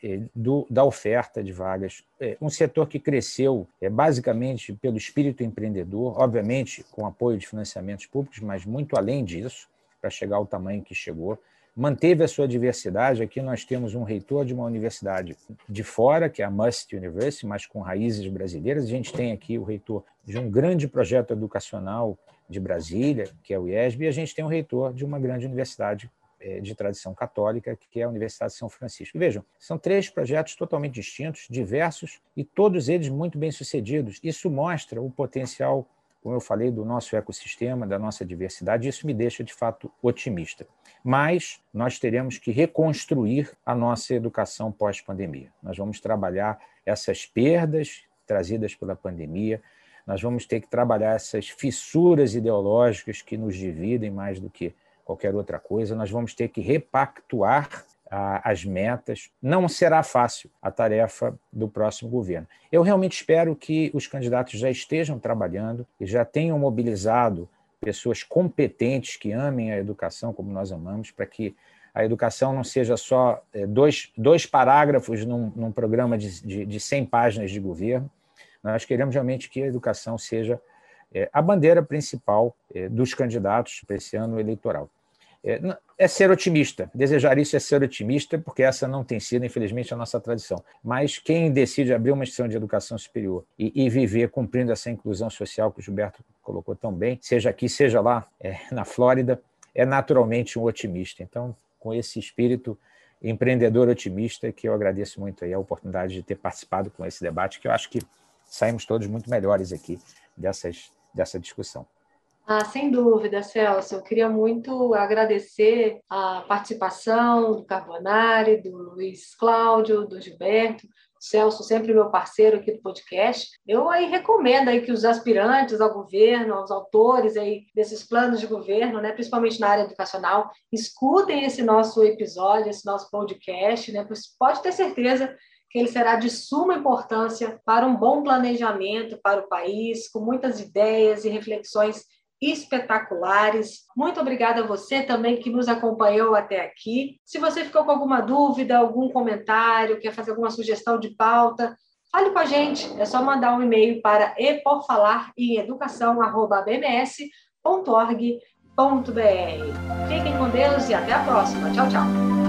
da oferta de vagas. Um setor que cresceu basicamente pelo espírito empreendedor, obviamente com apoio de financiamentos públicos, mas muito além disso, para chegar ao tamanho que chegou. Manteve a sua diversidade. Aqui nós temos um reitor de uma universidade de fora, que é a Must University, mas com raízes brasileiras. A gente tem aqui o reitor de um grande projeto educacional de Brasília, que é o IESB, e a gente tem o reitor de uma grande universidade de tradição católica, que é a Universidade de São Francisco. E vejam, são 3 projetos totalmente distintos, diversos, e todos eles muito bem-sucedidos. Isso mostra o potencial, como eu falei, do nosso ecossistema, da nossa diversidade, isso me deixa, de fato, otimista. Mas nós teremos que reconstruir a nossa educação pós-pandemia. Nós vamos trabalhar essas perdas trazidas pela pandemia, nós vamos ter que trabalhar essas fissuras ideológicas que nos dividem mais do que qualquer outra coisa, nós vamos ter que repactuar as metas. Não será fácil a tarefa do próximo governo. Eu realmente espero que os candidatos já estejam trabalhando e já tenham mobilizado pessoas competentes que amem a educação como nós amamos, para que a educação não seja só dois parágrafos num programa de 100 páginas de governo. Nós queremos realmente que a educação seja a bandeira principal dos candidatos para esse ano eleitoral. É ser otimista. Desejar isso é ser otimista, porque essa não tem sido, infelizmente, a nossa tradição. Mas quem decide abrir uma instituição de educação superior e viver cumprindo essa inclusão social que o Gilberto colocou tão bem, seja aqui, seja lá, na Flórida, é naturalmente um otimista. Então, com esse espírito empreendedor otimista, que eu agradeço muito aí a oportunidade de ter participado com esse debate, que eu acho que saímos todos muito melhores aqui dessa discussão. Sem dúvida, Celso. Eu queria muito agradecer a participação do Carbonari, do Luiz Cláudio, do Gilberto. Celso, sempre meu parceiro aqui do podcast. Eu aí recomendo aí que os aspirantes ao governo, os autores aí desses planos de governo, né, principalmente na área educacional, escutem esse nosso episódio, esse nosso podcast, né, pois pode ter certeza que ele será de suma importância para um bom planejamento para o país, com muitas ideias e reflexões espetaculares. Muito obrigada a você também que nos acompanhou até aqui. Se você ficou com alguma dúvida, algum comentário, quer fazer alguma sugestão de pauta, fale com a gente. É só mandar um e-mail para eporfalaremeducação@bms.org.br. Fiquem com Deus e até a próxima. Tchau, tchau.